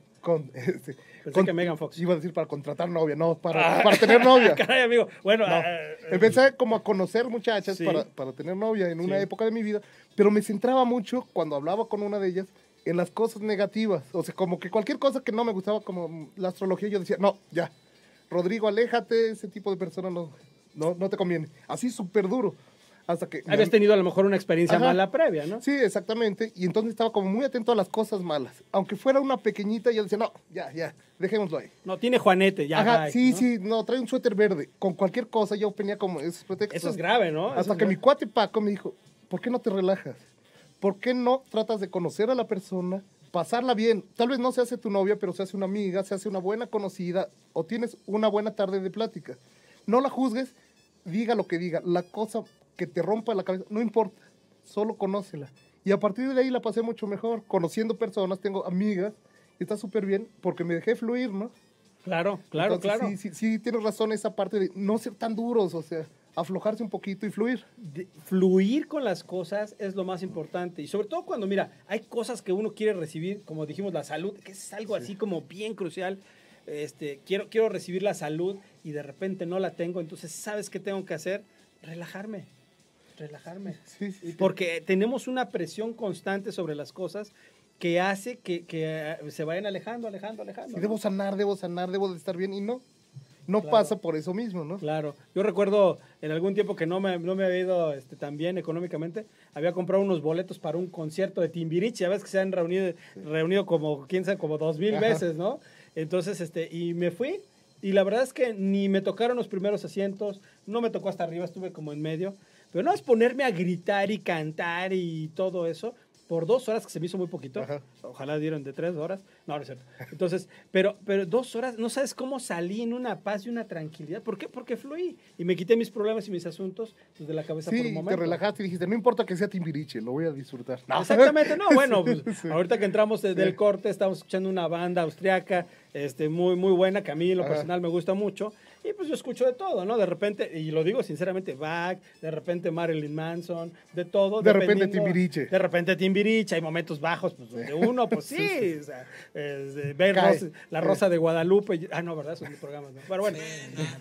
[SPEAKER 5] Pensé que Megan Fox.
[SPEAKER 4] Iba a decir para contratar novia, no, para tener novia.
[SPEAKER 5] Caray, amigo. Bueno.
[SPEAKER 4] No. Empecé como a conocer muchachas para tener novia en una época de mi vida, pero me centraba mucho cuando hablaba con una de ellas en las cosas negativas. O sea, como que cualquier cosa que no me gustaba, como la astrología, yo decía, no, ya, Rodrigo, aléjate, ese tipo de persona no te conviene. Así súper duro. Hasta que
[SPEAKER 5] habías tenido a lo mejor una experiencia mala previa, ¿no?
[SPEAKER 4] Sí, exactamente. Y entonces estaba como muy atento a las cosas malas. Aunque fuera una pequeñita, yo decía, no, ya, dejémoslo ahí.
[SPEAKER 5] No, tiene Juanete, ya.
[SPEAKER 4] Ajá, sí, trae un suéter verde. Con cualquier cosa yo ponía como esos pretextos.
[SPEAKER 5] Eso es grave, ¿no?
[SPEAKER 4] Hasta que mi cuate Paco me dijo, ¿por qué no te relajas? ¿Por qué no tratas de conocer a la persona, pasarla bien? Tal vez no se hace tu novia, pero se hace una amiga, se hace una buena conocida, o tienes una buena tarde de plática. No la juzgues, diga lo que diga. La cosa que te rompa la cabeza, no importa, solo conócela. Y a partir de ahí la pasé mucho mejor, conociendo personas, tengo amigas, y está súper bien, porque me dejé fluir, ¿no?
[SPEAKER 5] Claro.
[SPEAKER 4] Entonces, sí, tienes razón esa parte de no ser tan duros, o sea, aflojarse un poquito y fluir.
[SPEAKER 5] Fluir con las cosas es lo más importante. Y sobre todo cuando, mira, hay cosas que uno quiere recibir, como dijimos, la salud, que es algo así como bien crucial. Quiero recibir la salud y de repente no la tengo. Entonces, ¿sabes qué tengo que hacer? Relajarme.
[SPEAKER 4] Sí.
[SPEAKER 5] Porque tenemos una presión constante sobre las cosas que hace que se vayan alejando.
[SPEAKER 4] Sí, debo sanar, debo de estar bien y no claro. Pasa por eso mismo, ¿no?
[SPEAKER 5] Claro. Yo recuerdo en algún tiempo que no me había ido tan bien económicamente, había comprado unos boletos para un concierto de Timbiriche, ya ves que se han reunido como, quién sabe, como 2,000 veces, ¿no? Entonces, y me fui, y la verdad es que ni me tocaron los primeros asientos, no me tocó hasta arriba, estuve como en medio, pero no es ponerme a gritar y cantar y todo eso, por 2 horas, que se me hizo muy poquito. Ajá. Ojalá dieron de 3 horas. No es cierto. Entonces, pero 2 horas, no sabes cómo salí en una paz y una tranquilidad. ¿Por qué? Porque fluí y me quité mis problemas y mis asuntos de la cabeza por un momento.
[SPEAKER 4] Sí, te relajaste y dijiste, no importa que sea Timbiriche, lo voy a disfrutar.
[SPEAKER 5] No. Exactamente, no, bueno, pues, sí. Ahorita que entramos del corte, estamos escuchando una banda austriaca muy, muy buena, que a mí en lo personal me gusta mucho. Y pues yo escucho de todo, ¿no? De repente, y lo digo sinceramente, Bach, de repente Marilyn Manson, de todo.
[SPEAKER 4] De repente Timbiriche.
[SPEAKER 5] De repente Timbiriche, hay momentos bajos, pues donde uno, pues sí. O sea, ver la Rosa de Guadalupe. No, ¿verdad? Esos son mis programas, ¿no? Pero bueno.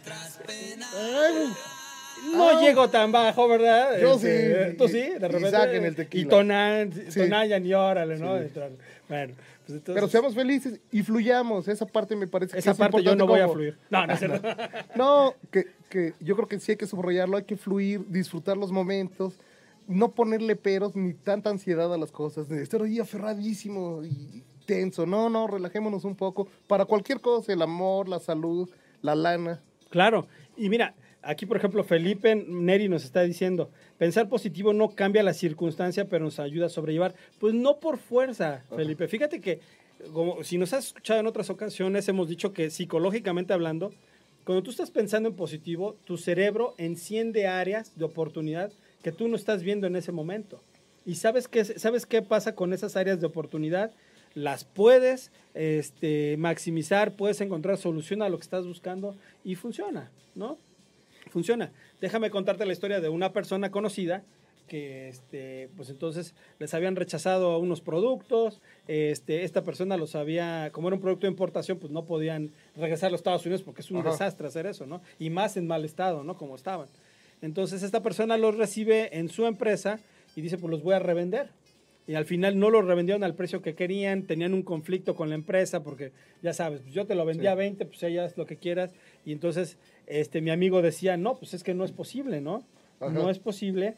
[SPEAKER 5] No llego tan bajo, ¿verdad?
[SPEAKER 4] Yo sí.
[SPEAKER 5] Tú sí, de repente.
[SPEAKER 4] Y saquen el tequila.
[SPEAKER 5] Y Tonayan y órale, ¿no? Sí. Bueno. Pues entonces,
[SPEAKER 4] pero seamos felices y fluyamos. Esa parte me parece que es importante.
[SPEAKER 5] Esa parte yo no voy a fluir. No es cierto.
[SPEAKER 4] No, que yo creo que sí hay que subrayarlo, hay que fluir, disfrutar los momentos, no ponerle peros ni tanta ansiedad a las cosas, de estar ahí aferradísimo y tenso. No, relajémonos un poco. Para cualquier cosa, el amor, la salud, la lana.
[SPEAKER 5] Claro. Y mira, aquí, por ejemplo, Felipe Neri nos está diciendo, pensar positivo no cambia la circunstancia, pero nos ayuda a sobrellevar. Pues no por fuerza, Felipe. Fíjate que, como si nos has escuchado en otras ocasiones, hemos dicho que psicológicamente hablando, cuando tú estás pensando en positivo, tu cerebro enciende áreas de oportunidad que tú no estás viendo en ese momento. ¿Y sabes qué pasa con esas áreas de oportunidad? Las puedes maximizar, puedes encontrar solución a lo que estás buscando y funciona, ¿no? Funciona. Déjame contarte la historia de una persona conocida que, pues entonces les habían rechazado unos productos, esta persona los había, como era un producto de importación, pues no podían regresar a los Estados Unidos porque es un desastre hacer eso, ¿no? Y más en mal estado, ¿no? Como estaban. Entonces esta persona los recibe en su empresa y dice, pues los voy a revender. Y al final no los revendieron al precio que querían, tenían un conflicto con la empresa porque, ya sabes, pues yo te lo vendí a 20, pues ella haz lo que quieras. Y entonces mi amigo decía, no, pues es que no es posible, ¿no? No es posible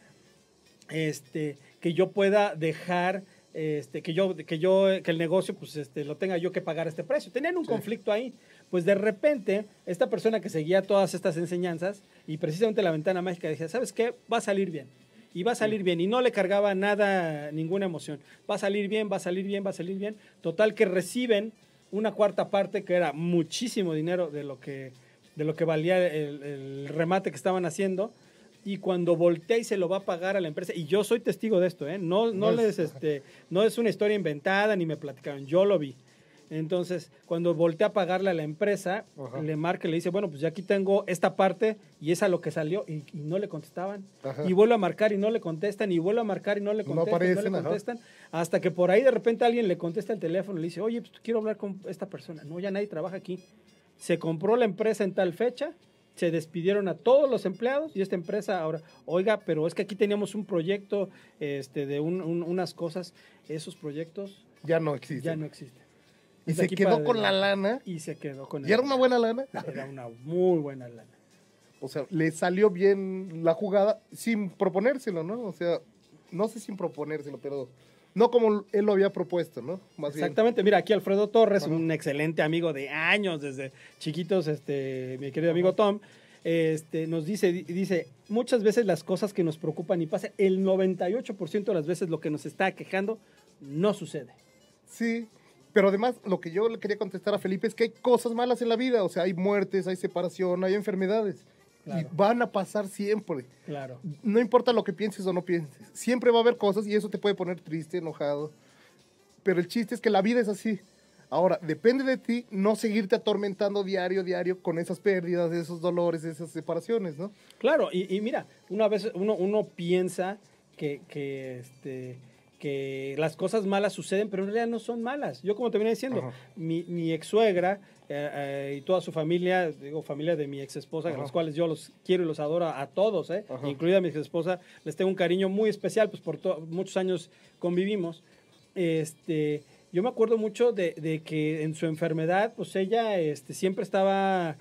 [SPEAKER 5] que yo pueda dejar, que el negocio, pues lo tenga yo que pagar este precio. Tenían un conflicto ahí. Pues de repente, esta persona que seguía todas estas enseñanzas y precisamente la ventana mágica decía, ¿sabes qué? Va a salir bien. Y va a salir bien. Y no le cargaba nada, ninguna emoción. Va a salir bien. Total que reciben una cuarta parte, que era muchísimo dinero de lo que valía el remate que estaban haciendo. Y cuando voltea y se lo va a pagar a la empresa, y yo soy testigo de esto, no es una historia inventada ni me platicaron, yo lo vi. Entonces, cuando voltea a pagarle a la empresa, le marca y le dice, bueno, pues ya aquí tengo esta parte y es a lo que salió, y no le contestaban. Y vuelve a marcar y no le contestan, y vuelve a marcar y no le contestan, hasta que por ahí de repente alguien le contesta el teléfono y le dice, oye, pues quiero hablar con esta persona. No, ya nadie trabaja aquí. Se compró la empresa en tal fecha, se despidieron a todos los empleados y esta empresa ahora, oiga, pero es que aquí teníamos un proyecto de unas cosas, esos proyectos
[SPEAKER 4] ya no existen. Y
[SPEAKER 5] se
[SPEAKER 4] quedó con la lana.
[SPEAKER 5] Y se quedó con
[SPEAKER 4] ¿Y era una buena lana?
[SPEAKER 5] Era una muy buena lana.
[SPEAKER 4] O sea, le salió bien la jugada sin proponérselo, ¿no? O sea, no sé sin proponérselo, pero no como él lo había propuesto, ¿no? Más
[SPEAKER 5] exactamente. Bien. Mira, aquí Alfredo Torres, un excelente amigo de años, desde chiquitos, mi querido amigo Tom, nos dice, muchas veces las cosas que nos preocupan y pasa, el 98% de las veces lo que nos está quejando no sucede.
[SPEAKER 4] Sí. Pero además, lo que yo le quería contestar a Felipe es que hay cosas malas en la vida. O sea, hay muertes, hay separación, hay enfermedades. Claro. Y van a pasar siempre.
[SPEAKER 5] Claro.
[SPEAKER 4] No importa lo que pienses o no pienses. Siempre va a haber cosas y eso te puede poner triste, enojado. Pero el chiste es que la vida es así. Ahora, depende de ti no seguirte atormentando diario con esas pérdidas, esos dolores, esas separaciones, ¿no?
[SPEAKER 5] Claro, y mira, una vez uno piensa que las cosas malas suceden, pero en realidad no son malas. Yo, como te venía diciendo, mi ex suegra y toda su familia, digo, familia de mi ex esposa, a los cuales yo los quiero y los adoro a todos, incluida mi ex esposa, les tengo un cariño muy especial, pues por muchos años convivimos. Yo me acuerdo mucho de que en su enfermedad, pues ella siempre estaba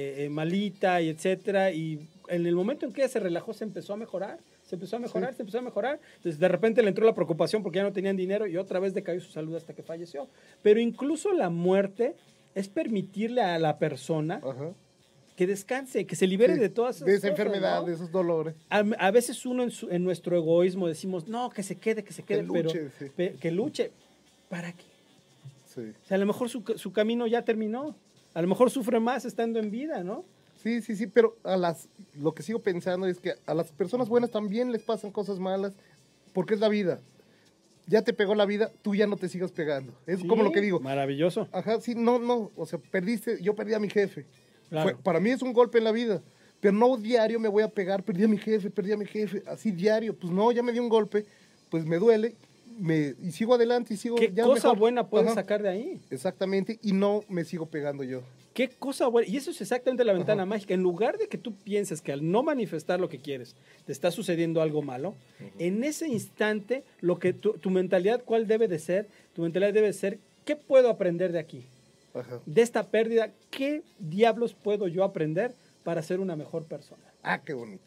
[SPEAKER 5] malita y etcétera, y en el momento en que ella se relajó se empezó a mejorar. Se empezó a mejorar. Entonces, de repente le entró la preocupación porque ya no tenían dinero y otra vez decayó su salud hasta que falleció. Pero incluso la muerte es permitirle a la persona que descanse, que se libere de todas esas
[SPEAKER 4] de esa
[SPEAKER 5] cosas,
[SPEAKER 4] enfermedad,
[SPEAKER 5] ¿no?
[SPEAKER 4] de esos dolores.
[SPEAKER 5] A veces uno en nuestro egoísmo decimos, no, que se quede,
[SPEAKER 4] que luche,
[SPEAKER 5] pero que luche. ¿Para qué?
[SPEAKER 4] Sí.
[SPEAKER 5] O sea, a lo mejor su camino ya terminó. A lo mejor sufre más estando en vida, ¿no?
[SPEAKER 4] Sí, pero lo que sigo pensando es que a las personas buenas también les pasan cosas malas, porque es la vida. Ya te pegó la vida, tú ya no te sigas pegando. Es como lo que digo.
[SPEAKER 5] Maravilloso.
[SPEAKER 4] Ajá, sí, o sea, yo perdí a mi jefe.
[SPEAKER 5] Claro.
[SPEAKER 4] Para mí es un golpe en la vida, pero no diario me voy a pegar, perdí a mi jefe, así diario. Pues no, ya me dio un golpe, pues me duele, y sigo adelante y sigo.
[SPEAKER 5] ¿Qué
[SPEAKER 4] ya
[SPEAKER 5] cosa
[SPEAKER 4] mejor.
[SPEAKER 5] buena puedes sacar de ahí?
[SPEAKER 4] Exactamente, y no me sigo pegando yo.
[SPEAKER 5] Qué cosa buena. Y eso es exactamente la ventana mágica. En lugar de que tú pienses que al no manifestar lo que quieres, te está sucediendo algo malo, en ese instante, lo que tu mentalidad, ¿cuál debe de ser? Tu mentalidad debe ser, ¿qué puedo aprender de aquí? De esta pérdida, ¿qué diablos puedo yo aprender para ser una mejor persona?
[SPEAKER 4] Ah, qué bonito.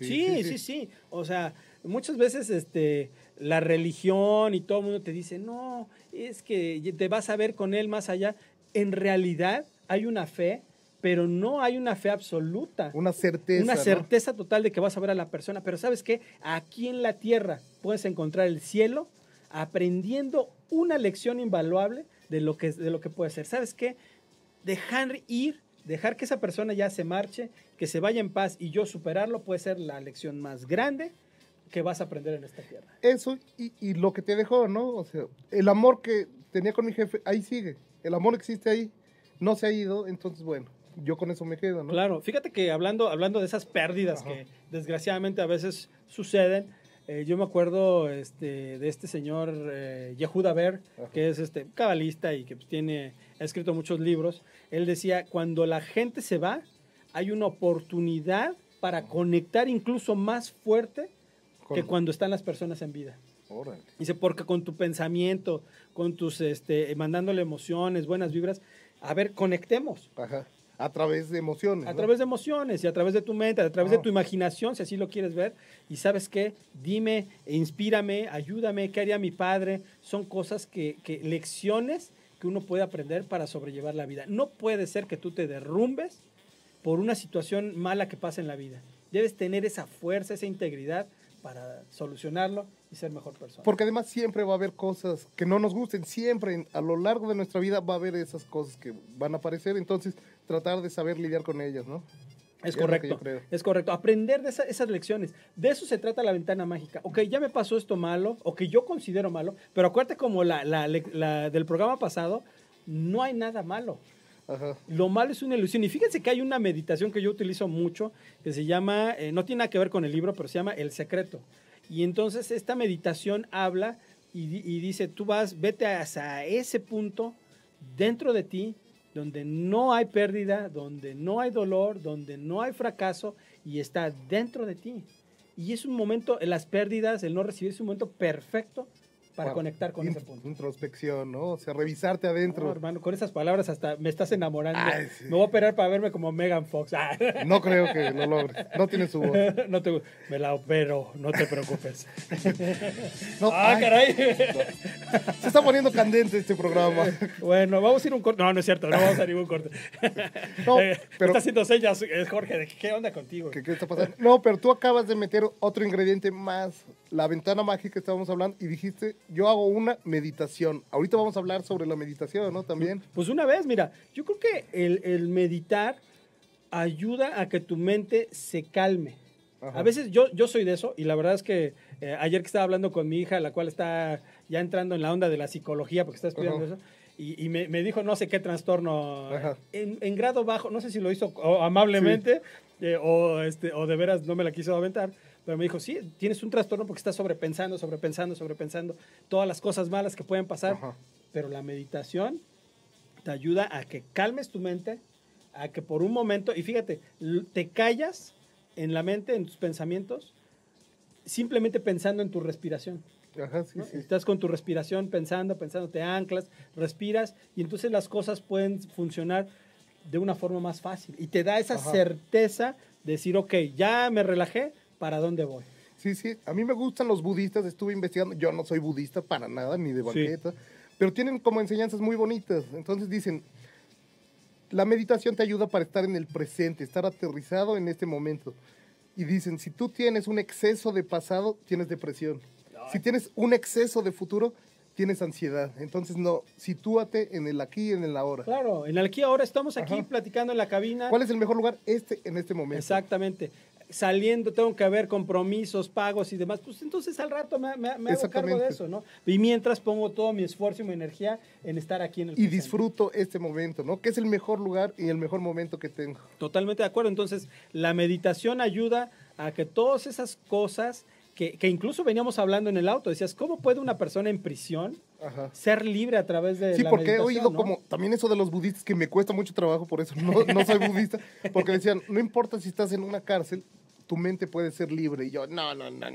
[SPEAKER 5] Sí. O sea, muchas veces la religión y todo el mundo te dice, no, es que te vas a ver con él más allá. En realidad hay una fe, pero no hay una fe absoluta.
[SPEAKER 4] Una certeza.
[SPEAKER 5] Una certeza total de que vas a ver a la persona. Pero ¿sabes qué? Aquí en la tierra puedes encontrar el cielo aprendiendo una lección invaluable de lo que puede ser. ¿Sabes qué? Dejar que esa persona ya se marche, que se vaya en paz y yo superarlo puede ser la lección más grande que vas a aprender en esta tierra.
[SPEAKER 4] Eso y lo que te dejó, ¿no? O sea, el amor que tenía con mi jefe, ahí sigue. El amor existe ahí, no se ha ido, entonces bueno, yo con eso me quedo, ¿no?
[SPEAKER 5] Claro, fíjate que hablando de esas pérdidas que desgraciadamente a veces suceden, yo me acuerdo de este señor Yehuda Ber, que es cabalista y que pues, ha escrito muchos libros. Él decía, cuando la gente se va, hay una oportunidad para conectar incluso más fuerte que cuando están las personas en vida.
[SPEAKER 4] Órale.
[SPEAKER 5] Dice, porque con tu pensamiento, con tus, mandándole emociones, buenas vibras, a ver, conectemos.
[SPEAKER 4] Ajá. A través de emociones.
[SPEAKER 5] A través de emociones y a través de tu mente, a través de tu imaginación, si así lo quieres ver. Y ¿sabes qué? Dime, inspírame, ayúdame, ¿qué haría mi padre? Son cosas lecciones que uno puede aprender para sobrellevar la vida. No puede ser que tú te derrumbes por una situación mala que pasa en la vida. Debes tener esa fuerza, esa integridad para solucionarlo y ser mejor persona.
[SPEAKER 4] Porque además siempre va a haber cosas que no nos gusten, siempre a lo largo de nuestra vida va a haber esas cosas que van a aparecer, entonces tratar de saber lidiar con ellas, ¿no?
[SPEAKER 5] Es correcto, es correcto. Aprender de esas lecciones. De eso se trata la ventana mágica. Ok, ya me pasó esto malo, o que yo considero malo, pero acuérdate como la del programa pasado, no hay nada malo.
[SPEAKER 4] Ajá.
[SPEAKER 5] Lo malo es una ilusión. Y fíjense que hay una meditación que yo utilizo mucho, que se llama, no tiene nada que ver con el libro, pero se llama El Secreto. Y entonces esta meditación habla y dice, vete hasta ese punto dentro de ti, donde no hay pérdida, donde no hay dolor, donde no hay fracaso, y está dentro de ti. Y es un momento, las pérdidas, el no recibir, es un momento perfecto para conectar con ese punto.
[SPEAKER 4] Introspección, ¿no? O sea, revisarte adentro.
[SPEAKER 5] No, hermano, con esas palabras hasta me estás enamorando.
[SPEAKER 4] Ay, sí.
[SPEAKER 5] Me voy a operar para verme como Megan Fox.
[SPEAKER 4] No creo que lo logres. No tiene su voz.
[SPEAKER 5] Me la opero, no te preocupes.
[SPEAKER 4] No,
[SPEAKER 5] caray.
[SPEAKER 4] No. Se está poniendo candente este programa.
[SPEAKER 5] Bueno, vamos a ir a un corte. No es cierto, no vamos a ningún corte.
[SPEAKER 4] No, pero
[SPEAKER 5] está haciendo señas, Jorge, ¿qué onda contigo?
[SPEAKER 4] ¿Qué está pasando? No, pero tú acabas de meter otro ingrediente más. La ventana mágica que estábamos hablando y dijiste, yo hago una meditación. Ahorita vamos a hablar sobre la meditación, ¿no? También.
[SPEAKER 5] Pues una vez, mira, yo creo que el meditar ayuda a que tu mente se calme. Ajá. A veces yo soy de eso y la verdad es que ayer que estaba hablando con mi hija, la cual está ya entrando en la onda de la psicología porque está estudiando eso, y me dijo no sé qué trastorno
[SPEAKER 4] Ajá.
[SPEAKER 5] en grado bajo, no sé si lo hizo amablemente o de veras no me la quiso aventar, pero me dijo, sí, tienes un trastorno porque estás sobrepensando todas las cosas malas que pueden pasar,
[SPEAKER 4] Ajá.
[SPEAKER 5] pero la meditación te ayuda a que calmes tu mente, a que por un momento, y fíjate, te callas en la mente, en tus pensamientos, simplemente pensando en tu respiración.
[SPEAKER 4] Ajá, sí,
[SPEAKER 5] ¿No?
[SPEAKER 4] sí.
[SPEAKER 5] Estás con tu respiración pensando, te anclas, respiras y entonces las cosas pueden funcionar de una forma más fácil y te da esa
[SPEAKER 4] Ajá.
[SPEAKER 5] certeza de decir, ok, ya me relajé, ¿para dónde voy?
[SPEAKER 4] Sí, sí. A mí me gustan los budistas, estuve investigando. Yo no soy budista para nada, ni de banqueta, pero tienen como enseñanzas muy bonitas. Entonces dicen, la meditación te ayuda para estar en el presente, estar aterrizado en este momento. Y dicen, si tú tienes un exceso de pasado, tienes depresión. Si tienes un exceso de futuro, tienes ansiedad. Entonces, no, sitúate en el aquí y en el ahora.
[SPEAKER 5] Claro, en el aquí ahora estamos aquí
[SPEAKER 4] Ajá.
[SPEAKER 5] platicando en la cabina.
[SPEAKER 4] ¿Cuál es el mejor lugar? En este momento.
[SPEAKER 5] Exactamente. Saliendo, tengo que haber compromisos, pagos y demás. Pues entonces al rato me hago cargo de
[SPEAKER 4] Exactamente.
[SPEAKER 5] eso, ¿no? Y mientras pongo todo mi esfuerzo y mi energía en estar aquí en el
[SPEAKER 4] Y
[SPEAKER 5] presente.
[SPEAKER 4] disfruto este momento, ¿no? Que es el mejor lugar y el mejor momento que tengo.
[SPEAKER 5] Totalmente de acuerdo. Entonces, la meditación ayuda a que todas esas cosas que incluso veníamos hablando en el auto, decías, ¿cómo puede una persona en prisión
[SPEAKER 4] Ajá.
[SPEAKER 5] ser libre a través de
[SPEAKER 4] Sí,
[SPEAKER 5] la
[SPEAKER 4] porque he
[SPEAKER 5] meditación?
[SPEAKER 4] oído
[SPEAKER 5] ¿no?
[SPEAKER 4] como también eso de los budistas que me cuesta mucho trabajo, por eso no soy budista, porque decían, no importa si estás en una cárcel, tu mente puede ser libre. Y yo, no.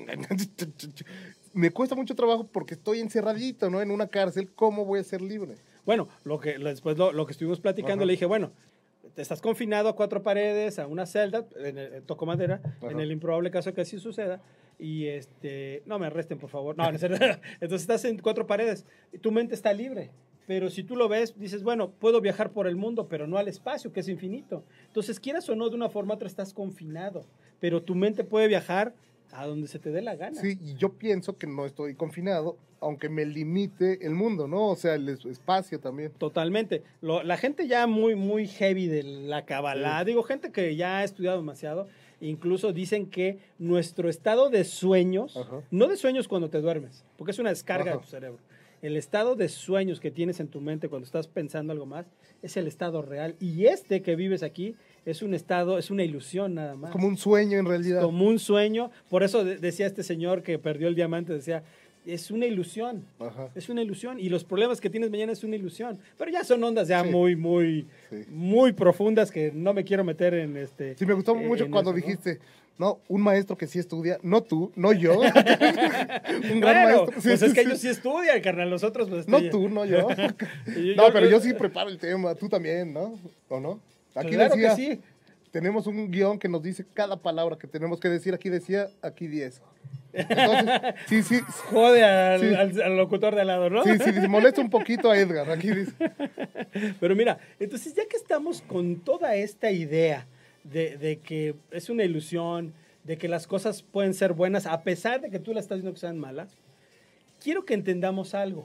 [SPEAKER 4] Me cuesta mucho trabajo porque estoy encerradito, ¿no? En una cárcel, ¿cómo voy a ser libre?
[SPEAKER 5] Bueno, después lo que estuvimos platicando,
[SPEAKER 4] Ajá.
[SPEAKER 5] le dije, bueno, te estás confinado a 4 paredes, a una celda, toco madera,
[SPEAKER 4] Ajá.
[SPEAKER 5] en el improbable caso que así suceda, y no me arresten, por favor. No, entonces estás en 4 paredes, y tu mente está libre. Pero si tú lo ves, dices, bueno, puedo viajar por el mundo, pero no al espacio, que es infinito. Entonces, quieras o no, de una forma u otra estás confinado, pero tu mente puede viajar a donde se te dé la gana.
[SPEAKER 4] Sí, y yo pienso que no estoy confinado, aunque me limite el mundo, ¿no? O sea, el espacio también.
[SPEAKER 5] Totalmente. La gente ya muy heavy de la Kabbalah, digo, gente que ya ha estudiado demasiado, incluso dicen que nuestro estado de sueños,
[SPEAKER 4] Ajá.
[SPEAKER 5] no de sueños cuando te duermes, porque es una descarga
[SPEAKER 4] Ajá.
[SPEAKER 5] de tu cerebro. El estado de sueños que tienes en tu mente cuando estás pensando algo más es el estado real. Y este que vives aquí es un estado, es una ilusión nada más.
[SPEAKER 4] Como un sueño en realidad.
[SPEAKER 5] Como un sueño. Por eso decía este señor que perdió el diamante, decía, es una ilusión.
[SPEAKER 4] Ajá.
[SPEAKER 5] Es una ilusión. Y los problemas que tienes mañana es una ilusión. Pero ya son ondas ya
[SPEAKER 4] Sí. Sí.
[SPEAKER 5] muy profundas que no me quiero meter en este.
[SPEAKER 4] Sí, me gustó mucho
[SPEAKER 5] en
[SPEAKER 4] cuando
[SPEAKER 5] eso, ¿no?
[SPEAKER 4] dijiste, no, un maestro que sí estudia, no tú, no yo. Un gran
[SPEAKER 5] Bueno,
[SPEAKER 4] maestro. Sí,
[SPEAKER 5] pues
[SPEAKER 4] sí,
[SPEAKER 5] es que
[SPEAKER 4] sí.
[SPEAKER 5] ellos sí estudian, carnal. Nosotros, pues.
[SPEAKER 4] No tú, no yo. No, pero yo sí preparo el tema, tú también, ¿no? ¿O no? Aquí
[SPEAKER 5] Claro
[SPEAKER 4] decía,
[SPEAKER 5] que sí.
[SPEAKER 4] tenemos un guión que nos dice cada palabra que tenemos que decir. Aquí decía, aquí 10. Entonces, sí.
[SPEAKER 5] Jode al,
[SPEAKER 4] Sí.
[SPEAKER 5] al locutor de al lado, ¿no?
[SPEAKER 4] Sí, molesta un poquito a Edgar, aquí dice.
[SPEAKER 5] Pero mira, entonces ya que estamos con toda esta idea de que es una ilusión, de que las cosas pueden ser buenas, a pesar de que tú las estás viendo que sean malas, quiero que entendamos algo.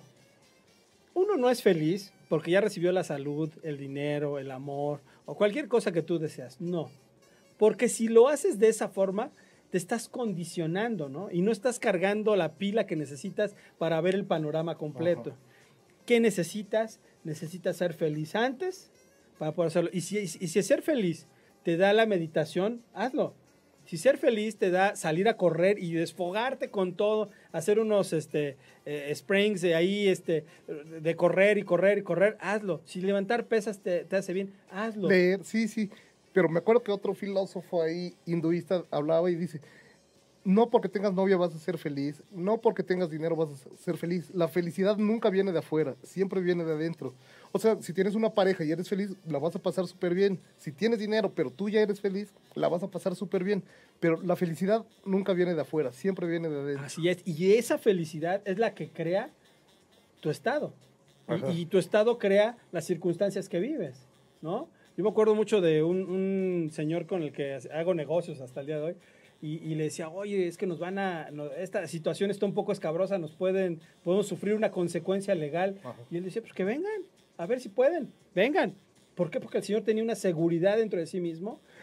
[SPEAKER 5] Uno no es feliz porque ya recibió la salud, el dinero, el amor o cualquier cosa que tú deseas. No. Porque si lo haces de esa forma, te estás condicionando, ¿no? Y no estás cargando la pila que necesitas para ver el panorama completo.
[SPEAKER 4] Ajá.
[SPEAKER 5] ¿Qué necesitas? Necesitas ser feliz antes para poder hacerlo. Y si ser feliz te da la meditación, hazlo. Si ser feliz te da salir a correr y desfogarte con todo, hacer unos springs de ahí, de correr y correr y correr, hazlo. Si levantar pesas te hace bien, hazlo.
[SPEAKER 4] Leer, sí. Pero me acuerdo que otro filósofo ahí hinduista hablaba y dice, no porque tengas novia vas a ser feliz, no porque tengas dinero vas a ser feliz. La felicidad nunca viene de afuera, siempre viene de adentro. O sea, si tienes una pareja y eres feliz, la vas a pasar súper bien. Si tienes dinero, pero tú ya eres feliz, la vas a pasar súper bien. Pero la felicidad nunca viene de afuera, siempre viene de adentro.
[SPEAKER 5] Así es. Y esa felicidad es la que crea tu estado. Y tu estado crea las circunstancias que vives, ¿no? Yo me acuerdo mucho de un señor con el que hago negocios hasta el día de hoy y le decía, oye, es que esta situación está un poco escabrosa, podemos sufrir una consecuencia legal.
[SPEAKER 4] Ajá.
[SPEAKER 5] Y él decía, pues que vengan, a ver si pueden, vengan. ¿Por qué? Porque el señor tenía una seguridad dentro de sí mismo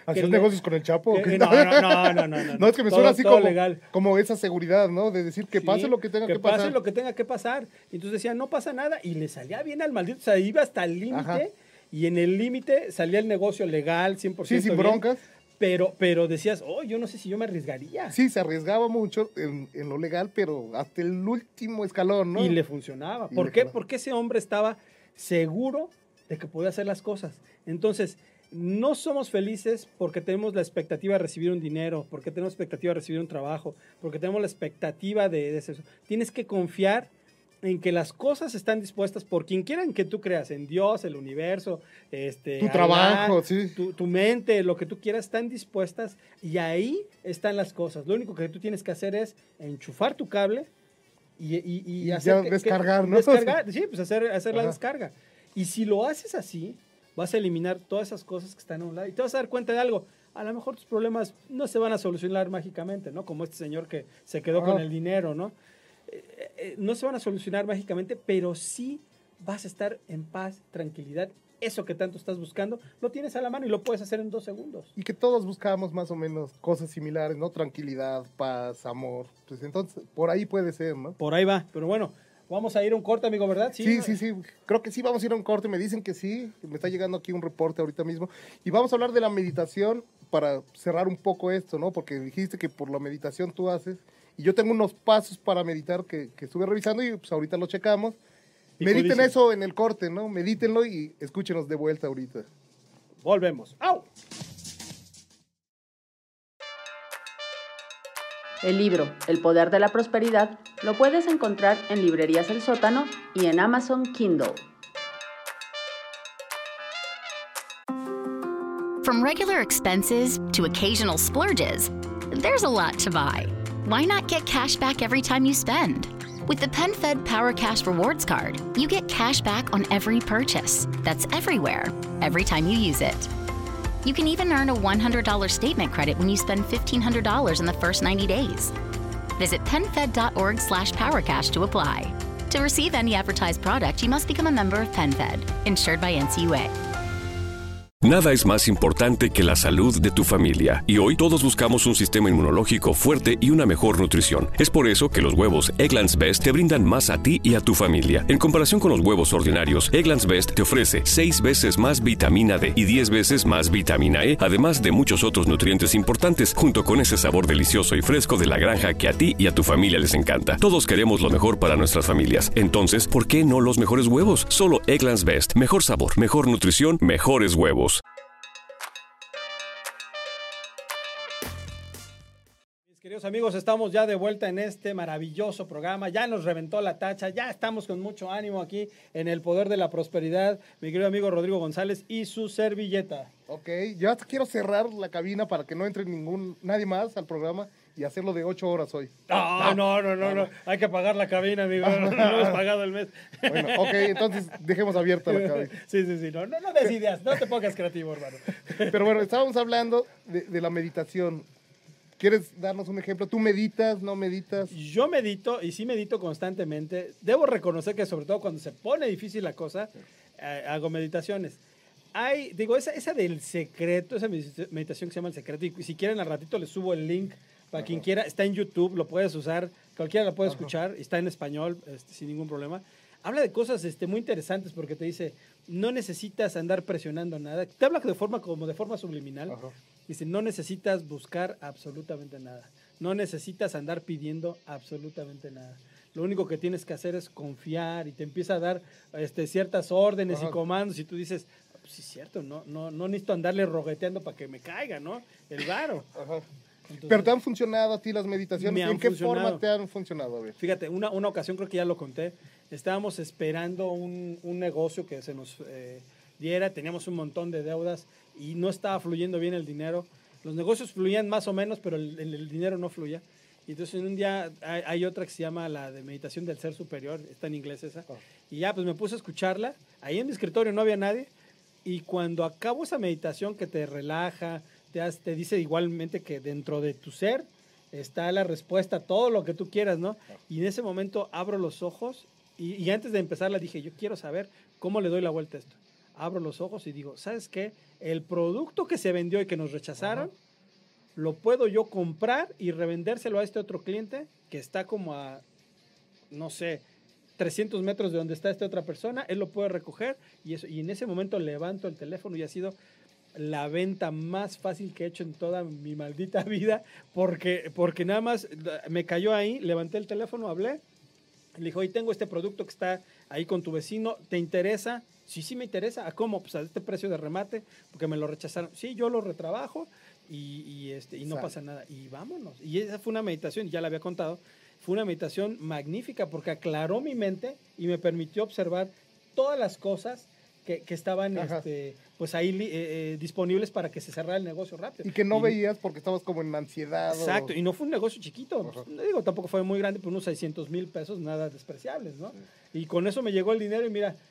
[SPEAKER 4] ¿Hacías negocios con el Chapo?
[SPEAKER 5] No.
[SPEAKER 4] No, es que me suena así como esa seguridad, ¿no? De decir que pase lo que tenga que pasar.
[SPEAKER 5] Que pase lo que tenga que pasar. Y entonces decía, no pasa nada. Y le salía bien al maldito. O sea, iba hasta el límite. Y en el límite salía el negocio legal, 100%
[SPEAKER 4] Sí, sin broncas.
[SPEAKER 5] Pero decías, yo no sé si yo me arriesgaría.
[SPEAKER 4] Sí, se arriesgaba mucho en lo legal, pero hasta el último escalón, ¿no?
[SPEAKER 5] Y le funcionaba. ¿Por qué? Porque ese hombre estaba seguro de que podía hacer las cosas. Entonces, no somos felices porque tenemos la expectativa de recibir un dinero, porque tenemos la expectativa de recibir un trabajo, porque tenemos la expectativa de eso. Tienes que confiar en que las cosas están dispuestas por quien quieran que tú creas, en Dios, el universo,
[SPEAKER 4] tu trabajo, sí.
[SPEAKER 5] Tu mente, lo que tú quieras, están dispuestas y ahí están las cosas. Lo único que tú tienes que hacer es enchufar tu cable y hacer
[SPEAKER 4] descargar, ¿no?
[SPEAKER 5] Descargar, sí, pues hacer la descarga. Y si lo haces así, vas a eliminar todas esas cosas que están a un lado y te vas a dar cuenta de algo. A lo mejor tus problemas no se van a solucionar mágicamente, ¿no? Como este señor que se quedó con el dinero, ¿no? No se van a solucionar mágicamente, pero sí vas a estar en paz, tranquilidad. Eso que tanto estás buscando, lo tienes a la mano y lo puedes hacer en 2 segundos.
[SPEAKER 4] Y que todos buscamos más o menos cosas similares, ¿no? Tranquilidad, paz, amor. Pues entonces, por ahí puede ser, ¿no?
[SPEAKER 5] Por ahí va. Pero bueno, vamos a ir a un corte, amigo, ¿verdad?
[SPEAKER 4] Sí. Creo que sí, vamos a ir a un corte. Me dicen que sí. Me está llegando aquí un reporte ahorita mismo. Y vamos a hablar de la meditación para cerrar un poco esto, ¿no? Porque dijiste que por la meditación tú haces. Y yo tengo unos pasos para meditar que estuve revisando y pues ahorita lo checamos. Mediten eso en el corte, ¿no? Medítenlo y escúchenos de vuelta ahorita.
[SPEAKER 5] Volvemos. ¡Au!
[SPEAKER 6] El libro El Poder de la Prosperidad lo puedes encontrar en Librerías El Sótano y en Amazon Kindle.
[SPEAKER 1] From regular expenses to occasional splurges, there's a lot to buy. Why not get cash back every time you spend? With the PenFed Power Cash Rewards Card, you get cash back on every purchase. That's everywhere, every time you use it. You can even earn a $100 statement credit when you spend $1,500 in the first 90 days. Visit PenFed.org/PowerCash to apply. To receive any advertised product, you must become a member of PenFed, insured by NCUA.
[SPEAKER 2] Nada es más importante que la salud de tu familia, y hoy todos buscamos un sistema inmunológico fuerte y una mejor nutrición. Es por eso que los huevos Eggland's Best te brindan más a ti y a tu familia. En comparación con los huevos ordinarios, Eggland's Best te ofrece 6 veces más vitamina D y 10 veces más vitamina E, además de muchos otros nutrientes importantes, junto con ese sabor delicioso y fresco de la granja que a ti y a tu familia les encanta. Todos queremos lo mejor para nuestras familias. Entonces, ¿por qué no los mejores huevos? Solo Eggland's Best. Mejor sabor, mejor nutrición, mejores huevos.
[SPEAKER 5] Queridos amigos, estamos ya de vuelta en este maravilloso programa. Ya nos reventó la tacha, ya estamos con mucho ánimo aquí en El Poder de la Prosperidad. Mi querido amigo Rodrigo González y su servilleta.
[SPEAKER 4] Ok, yo hasta quiero cerrar la cabina para que no entre nadie más al programa y hacerlo de 8 horas hoy.
[SPEAKER 5] No. Hay que pagar la cabina, amigo. No hemos pagado el mes.
[SPEAKER 4] Bueno, ok, entonces dejemos abierta la cabina.
[SPEAKER 5] Sí. No des ideas, no te pongas creativo, hermano.
[SPEAKER 4] Pero bueno, estábamos hablando de la meditación. ¿Quieres darnos un ejemplo? ¿Tú meditas, no meditas?
[SPEAKER 5] Yo medito y sí medito constantemente. Debo reconocer que sobre todo cuando se pone difícil la cosa, hago meditaciones. Esa del secreto, esa meditación que se llama El Secreto, y si quieren al ratito les subo el link para quien quiera. Está en YouTube, lo puedes usar, cualquiera lo puede escuchar, está en español sin ningún problema. Habla de cosas muy interesantes porque te dice, no necesitas andar presionando nada. Te habla de forma subliminal. Ajá. Dice, no necesitas buscar absolutamente nada. No necesitas andar pidiendo absolutamente nada. Lo único que tienes que hacer es confiar y te empieza a dar ciertas órdenes y comandos y tú dices, pues sí es cierto, no necesito andarle rogueteando para que me caiga, ¿no? El varo.
[SPEAKER 4] Ajá. Entonces, ¿pero te han funcionado a ti las meditaciones? ¿En qué forma te han funcionado? A ver.
[SPEAKER 5] Fíjate, una ocasión creo que ya lo conté. Estábamos esperando un negocio que se nos diera. Teníamos un montón de deudas y no estaba fluyendo bien el dinero. Los negocios fluían más o menos, pero el dinero no fluía. Y entonces en un día hay otra que se llama la de meditación del ser superior. Está en inglés esa. Y ya pues me puse a escucharla. Ahí en mi escritorio no había nadie. Y cuando acabo esa meditación que te relaja, te dice igualmente que dentro de tu ser está la respuesta a todo lo que tú quieras, ¿no? Y en ese momento abro los ojos y antes de empezarla dije, yo quiero saber cómo le doy la vuelta a esto. abro los ojos y digo, ¿sabes qué? El producto que se vendió y que nos rechazaron, lo puedo yo comprar y revendérselo a este otro cliente que está como a, no sé, 300 metros de donde está esta otra persona, él lo puede recoger y en ese momento levanto el teléfono y ha sido la venta más fácil que he hecho en toda mi maldita vida, porque nada más me cayó ahí, levanté el teléfono, hablé, le dijo, oye, tengo este producto que está ahí con tu vecino, ¿te interesa? Sí, me interesa. ¿A cómo? Pues a este precio de remate, porque me lo rechazaron. Sí, yo lo retrabajo y no pasa nada. Y vámonos. Y esa fue una meditación, ya la había contado, fue una meditación magnífica porque aclaró mi mente y me permitió observar todas las cosas que estaban pues ahí disponibles para que se cerrara el negocio rápido.
[SPEAKER 4] Y que no veías porque estabas como en ansiedad.
[SPEAKER 5] Exacto, y no fue un negocio chiquito. Pues, digo, tampoco fue muy grande, pero unos 600,000 pesos, nada despreciables, ¿no? Sí. Y con eso me llegó el dinero y mira,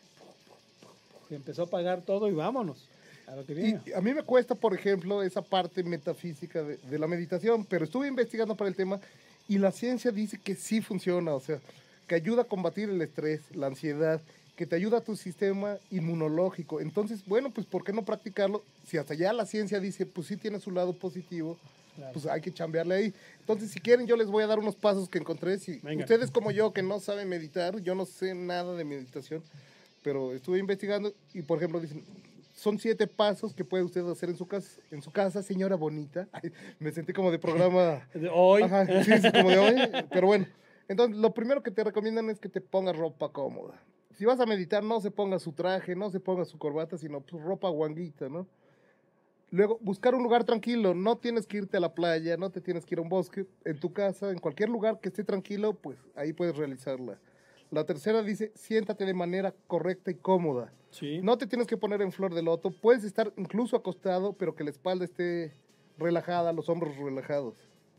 [SPEAKER 5] y empezó a pagar todo y vámonos. A lo que viene.
[SPEAKER 4] Y a mí me cuesta, por ejemplo, esa parte metafísica de la meditación, pero estuve investigando para el tema y la ciencia dice que sí funciona, o sea, que ayuda a combatir el estrés, la ansiedad, que te ayuda a tu sistema inmunológico. Entonces, bueno, pues ¿por qué no practicarlo? Si hasta ya la ciencia dice, pues sí tiene su lado positivo, claro, pues hay que chambearle ahí. Entonces, si quieren, yo les voy a dar unos pasos que encontré. Si ustedes como yo, que no saben meditar, yo no sé nada de meditación, pero estuve investigando y, por ejemplo, dicen, son 7 pasos que puede usted hacer en su casa, señora bonita. Ay, me sentí como de programa...
[SPEAKER 5] de hoy.
[SPEAKER 4] Ajá, sí, como de hoy, pero bueno. Entonces, lo primero que te recomiendan es que te pongas ropa cómoda. Si vas a meditar, no se ponga su traje, no se ponga su corbata, sino pues, ropa guanguita, ¿no? Luego, buscar un lugar tranquilo. No tienes que irte a la playa, no te tienes que ir a un bosque. En tu casa, en cualquier lugar que esté tranquilo, pues ahí puedes realizarla. La tercera dice, siéntate de manera correcta y cómoda.
[SPEAKER 5] Sí.
[SPEAKER 4] No te tienes que poner en flor de loto. Puedes estar incluso acostado, pero que la espalda esté relajada, los hombros relajados.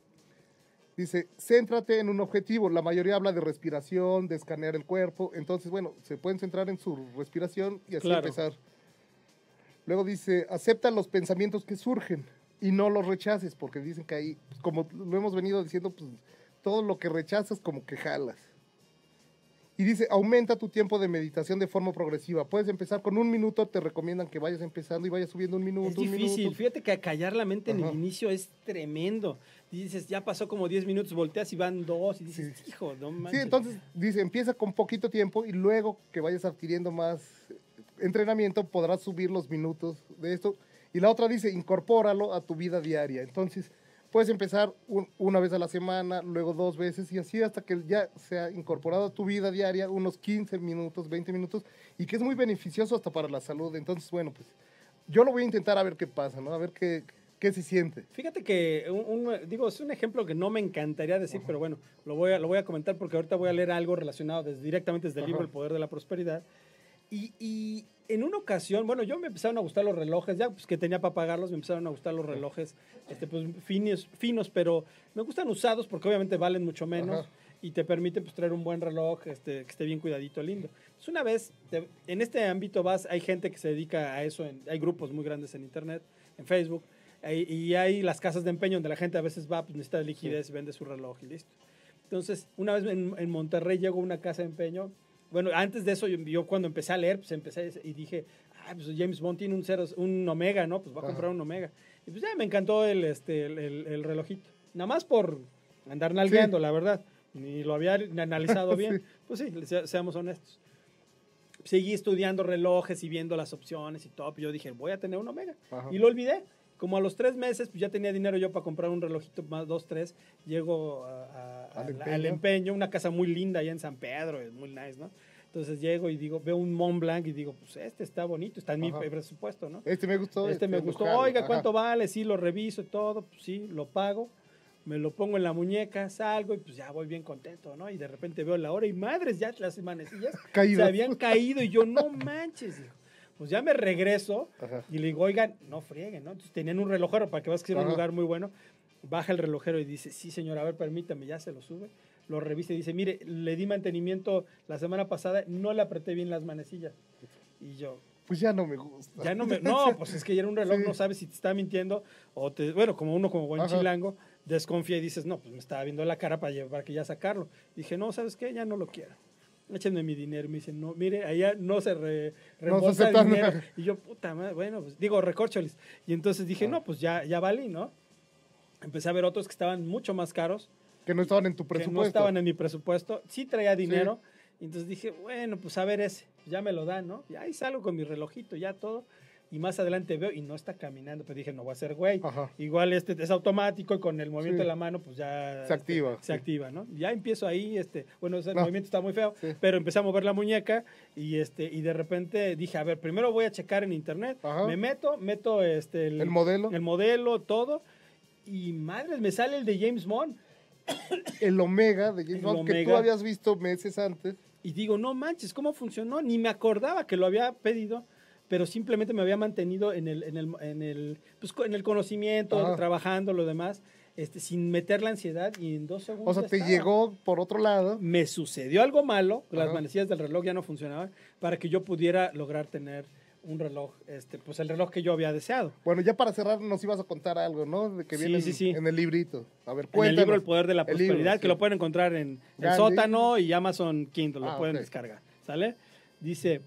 [SPEAKER 4] Dice, céntrate en un objetivo. La mayoría habla de respiración, de escanear el cuerpo. Entonces, bueno, se pueden centrar en su respiración y así empezar. Luego dice, acepta los pensamientos que surgen y no los rechaces, porque dicen que ahí, pues, como lo hemos venido diciendo, pues todo lo que rechazas como que jalas. Y dice, aumenta tu tiempo de meditación de forma progresiva. Puedes empezar con 1 minuto, te recomiendan que vayas empezando y vayas subiendo 1 minuto.
[SPEAKER 5] Es difícil, fíjate que callar la mente en el inicio es tremendo. Dices, ya pasó como 10 minutos, volteas y van 2 y dices, hijo, no manches.
[SPEAKER 4] Sí, entonces dice, empieza con poquito tiempo y luego que vayas adquiriendo más entrenamiento podrás subir los minutos de esto. Y la otra dice, incorpóralo a tu vida diaria. Entonces, puedes empezar una vez a la semana, luego 2 veces y así hasta que ya sea incorporado a tu vida diaria unos 15 minutos, 20 minutos y que es muy beneficioso hasta para la salud. Entonces, bueno, pues yo lo voy a intentar a ver qué pasa, ¿no? A ver qué se siente.
[SPEAKER 5] Fíjate que, es un ejemplo que no me encantaría decir, pero bueno, lo voy a comentar porque ahorita voy a leer algo relacionado directamente desde el libro El Poder de la Prosperidad. Y en una ocasión, bueno, yo me empezaron a gustar los relojes, ya pues que tenía para pagarlos, me empezaron a gustar los relojes pues finos, pero me gustan usados porque obviamente valen mucho menos y te permiten pues traer un buen reloj que esté bien cuidadito, lindo. Entonces una vez, en este ámbito hay gente que se dedica a eso, hay grupos muy grandes en internet, en Facebook, y hay las casas de empeño donde la gente a veces va, pues necesita liquidez, vende su reloj y listo. Entonces, una vez en Monterrey llego a una casa de empeño. Bueno, antes de eso, yo cuando empecé a leer, pues empecé y dije, pues James Bond tiene un Omega, ¿no? Pues voy a comprar un Omega. Y pues ya me encantó el relojito. Nada más por andar nalgueando, la verdad. Ni lo había analizado bien. Pues sí, seamos honestos. Seguí estudiando relojes y viendo las opciones y todo. Yo dije, voy a tener un Omega. Y lo olvidé. Como a los 3 meses, pues ya tenía dinero yo para comprar un relojito más, 2, 3. Llego al empeño, una casa muy linda allá en San Pedro, es muy nice, ¿no? Entonces llego y veo un Mont Blanc y digo, pues este está bonito, está en mi presupuesto, ¿no?
[SPEAKER 4] Este me gustó.
[SPEAKER 5] Me gustó. Oiga, ¿cuánto vale? Sí, lo reviso y todo, pues sí, lo pago. Me lo pongo en la muñeca, salgo y pues ya voy bien contento, ¿no? Y de repente veo la hora y madres, ya las manecillas se habían caído y yo, no manches, hijo. Pues ya me regreso y le digo, oigan, no frieguen, ¿no? Entonces tenían un relojero para que veas que era un lugar muy bueno. Baja el relojero y dice, sí, señor, a ver, permítame, ya se lo sube. Lo revisa y dice, mire, le di mantenimiento la semana pasada, no le apreté bien las manecillas. Y yo,
[SPEAKER 4] pues ya no me gusta.
[SPEAKER 5] No, pues es que ya era un reloj, no sabes si te está mintiendo o como uno como buen chilango, desconfía y dices, no, pues me estaba viendo la cara para que ya sacarlo. Dije, no, ¿sabes qué? Ya no lo quiero. échenme mi dinero. Y me dicen, no, mire, allá no se reembolsa el dinero. Y yo, puta madre, bueno, pues digo, recorcholis. Y entonces dije, no, pues ya valí, ¿no? Empecé a ver otros que estaban mucho más caros.
[SPEAKER 4] Que no estaban en tu presupuesto.
[SPEAKER 5] Que no estaban en mi presupuesto. Sí traía dinero. Sí. Y entonces dije, bueno, pues a ver ese. Ya me lo dan, ¿no? Y ahí salgo con mi relojito, ya todo. Y más adelante veo y no está caminando. Pero dije, no voy a ser güey. Ajá. Igual es automático y con el movimiento de la mano, pues ya...
[SPEAKER 4] Se activa.
[SPEAKER 5] Se activa, ¿no? Ya empiezo ahí, bueno, ese movimiento está muy feo, pero empecé a mover la muñeca y de repente dije, a ver, primero voy a checar en internet. Ajá. Me meto el modelo. El modelo, todo. Y madres, me sale el de James Bond.
[SPEAKER 4] El Omega de James Bond, que tú habías visto meses antes.
[SPEAKER 5] Y digo, no manches, ¿cómo funcionó? Ni me acordaba que lo había pedido, pero simplemente me había mantenido en el conocimiento, trabajando, lo demás, sin meter la ansiedad, y en 2 segundos.
[SPEAKER 4] O sea, te llegó por otro lado.
[SPEAKER 5] Me sucedió algo malo, las manecillas del reloj ya no funcionaban, para que yo pudiera lograr tener un reloj, pues el reloj que yo había deseado.
[SPEAKER 4] Bueno, ya para cerrar nos ibas a contar algo, ¿no? De que viene en el librito. A ver, cuéntanos.
[SPEAKER 5] En el libro El Poder de la Prosperidad, que lo pueden encontrar en el Sótano y Amazon Kindle, lo pueden descargar, ¿sale? Dice,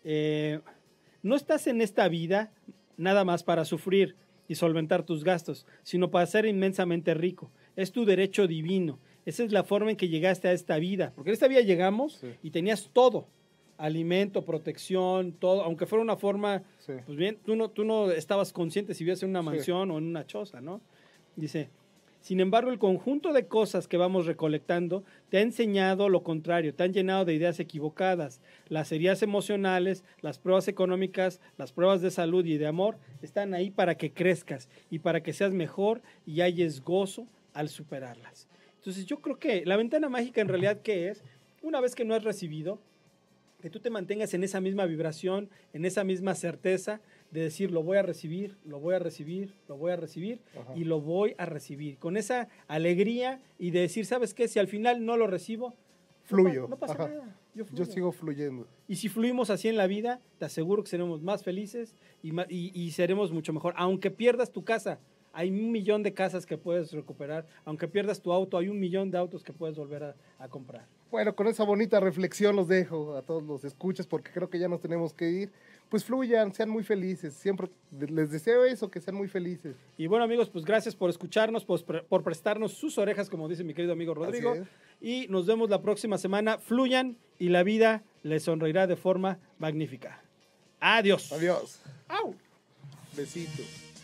[SPEAKER 5] no estás en esta vida nada más para sufrir y solventar tus gastos, sino para ser inmensamente rico. Es tu derecho divino. Esa es la forma en que llegaste a esta vida. Porque en esta vida llegamos y tenías todo. Alimento, protección, todo, aunque fuera una forma, pues bien, tú no estabas consciente si vivías en una mansión o en una choza, ¿no? Dice, sin embargo, el conjunto de cosas que vamos recolectando te ha enseñado lo contrario, te han llenado de ideas equivocadas. Las heridas emocionales, las pruebas económicas, las pruebas de salud y de amor están ahí para que crezcas y para que seas mejor y halles gozo al superarlas. Entonces yo creo que la ventana mágica en realidad, ¿qué es? Una vez que no has recibido, que tú te mantengas en esa misma vibración, en esa misma certeza de decir, lo voy a recibir, lo voy a recibir, lo voy a recibir y lo voy a recibir. Con esa alegría y de decir, ¿sabes qué? Si al final no lo recibo,
[SPEAKER 4] fluyo.
[SPEAKER 5] No pasa nada.
[SPEAKER 4] Yo sigo fluyendo.
[SPEAKER 5] Y si fluimos así en la vida, te aseguro que seremos más felices y seremos mucho mejor. Aunque pierdas tu casa, hay 1 millón de casas que puedes recuperar. Aunque pierdas tu auto, hay 1 millón de autos que puedes volver a comprar.
[SPEAKER 4] Bueno, con esa bonita reflexión los dejo a todos los escuchas, porque creo que ya nos tenemos que ir. Pues fluyan, sean muy felices. Siempre les deseo eso, que sean muy felices.
[SPEAKER 5] Y bueno, amigos, pues gracias por escucharnos, por prestarnos sus orejas, como dice mi querido amigo Rodrigo. Y nos vemos la próxima semana. Fluyan y la vida les sonreirá de forma magnífica. Adiós.
[SPEAKER 4] Adiós.
[SPEAKER 5] ¡Au!
[SPEAKER 4] Besito.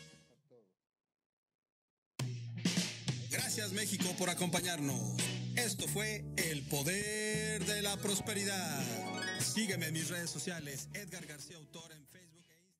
[SPEAKER 3] Gracias, México, por acompañarnos. Esto fue El Poder de la Prosperidad. Sígueme en mis redes sociales, Edgar García Autor en Facebook e Instagram.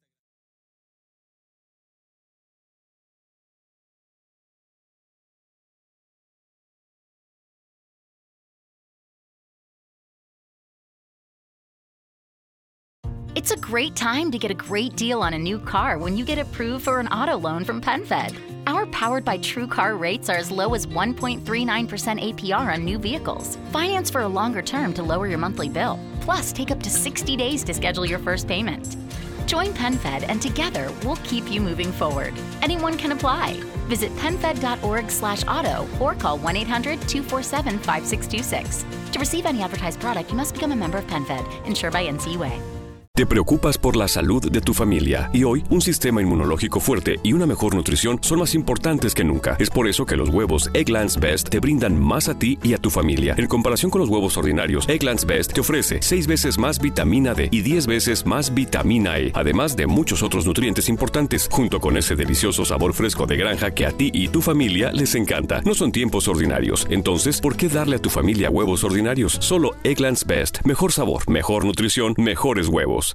[SPEAKER 1] It's a great time to get a great deal on a new car when you get approved for an auto loan from PenFed. Our Powered by True Car rates are as low as 1.39% APR on new vehicles. Finance for a longer term to lower your monthly bill. Plus, take up to 60 days to schedule your first payment. Join PenFed and together we'll keep you moving forward. Anyone can apply. Visit PenFed.org/auto or call 1-800-247-5626. To receive any advertised product, you must become a member of PenFed, insured by NCUA.
[SPEAKER 2] Te preocupas por la salud de tu familia y hoy un sistema inmunológico fuerte y una mejor nutrición son más importantes que nunca. Es por eso que los huevos Eggland's Best te brindan más a ti y a tu familia. En comparación con los huevos ordinarios, Eggland's Best te ofrece 6 veces más vitamina D y 10 veces más vitamina E, además de muchos otros nutrientes importantes, junto con ese delicioso sabor fresco de granja que a ti y tu familia les encanta. No son tiempos ordinarios, entonces, ¿por qué darle a tu familia huevos ordinarios? Solo Eggland's Best. Mejor sabor, mejor nutrición, mejores huevos.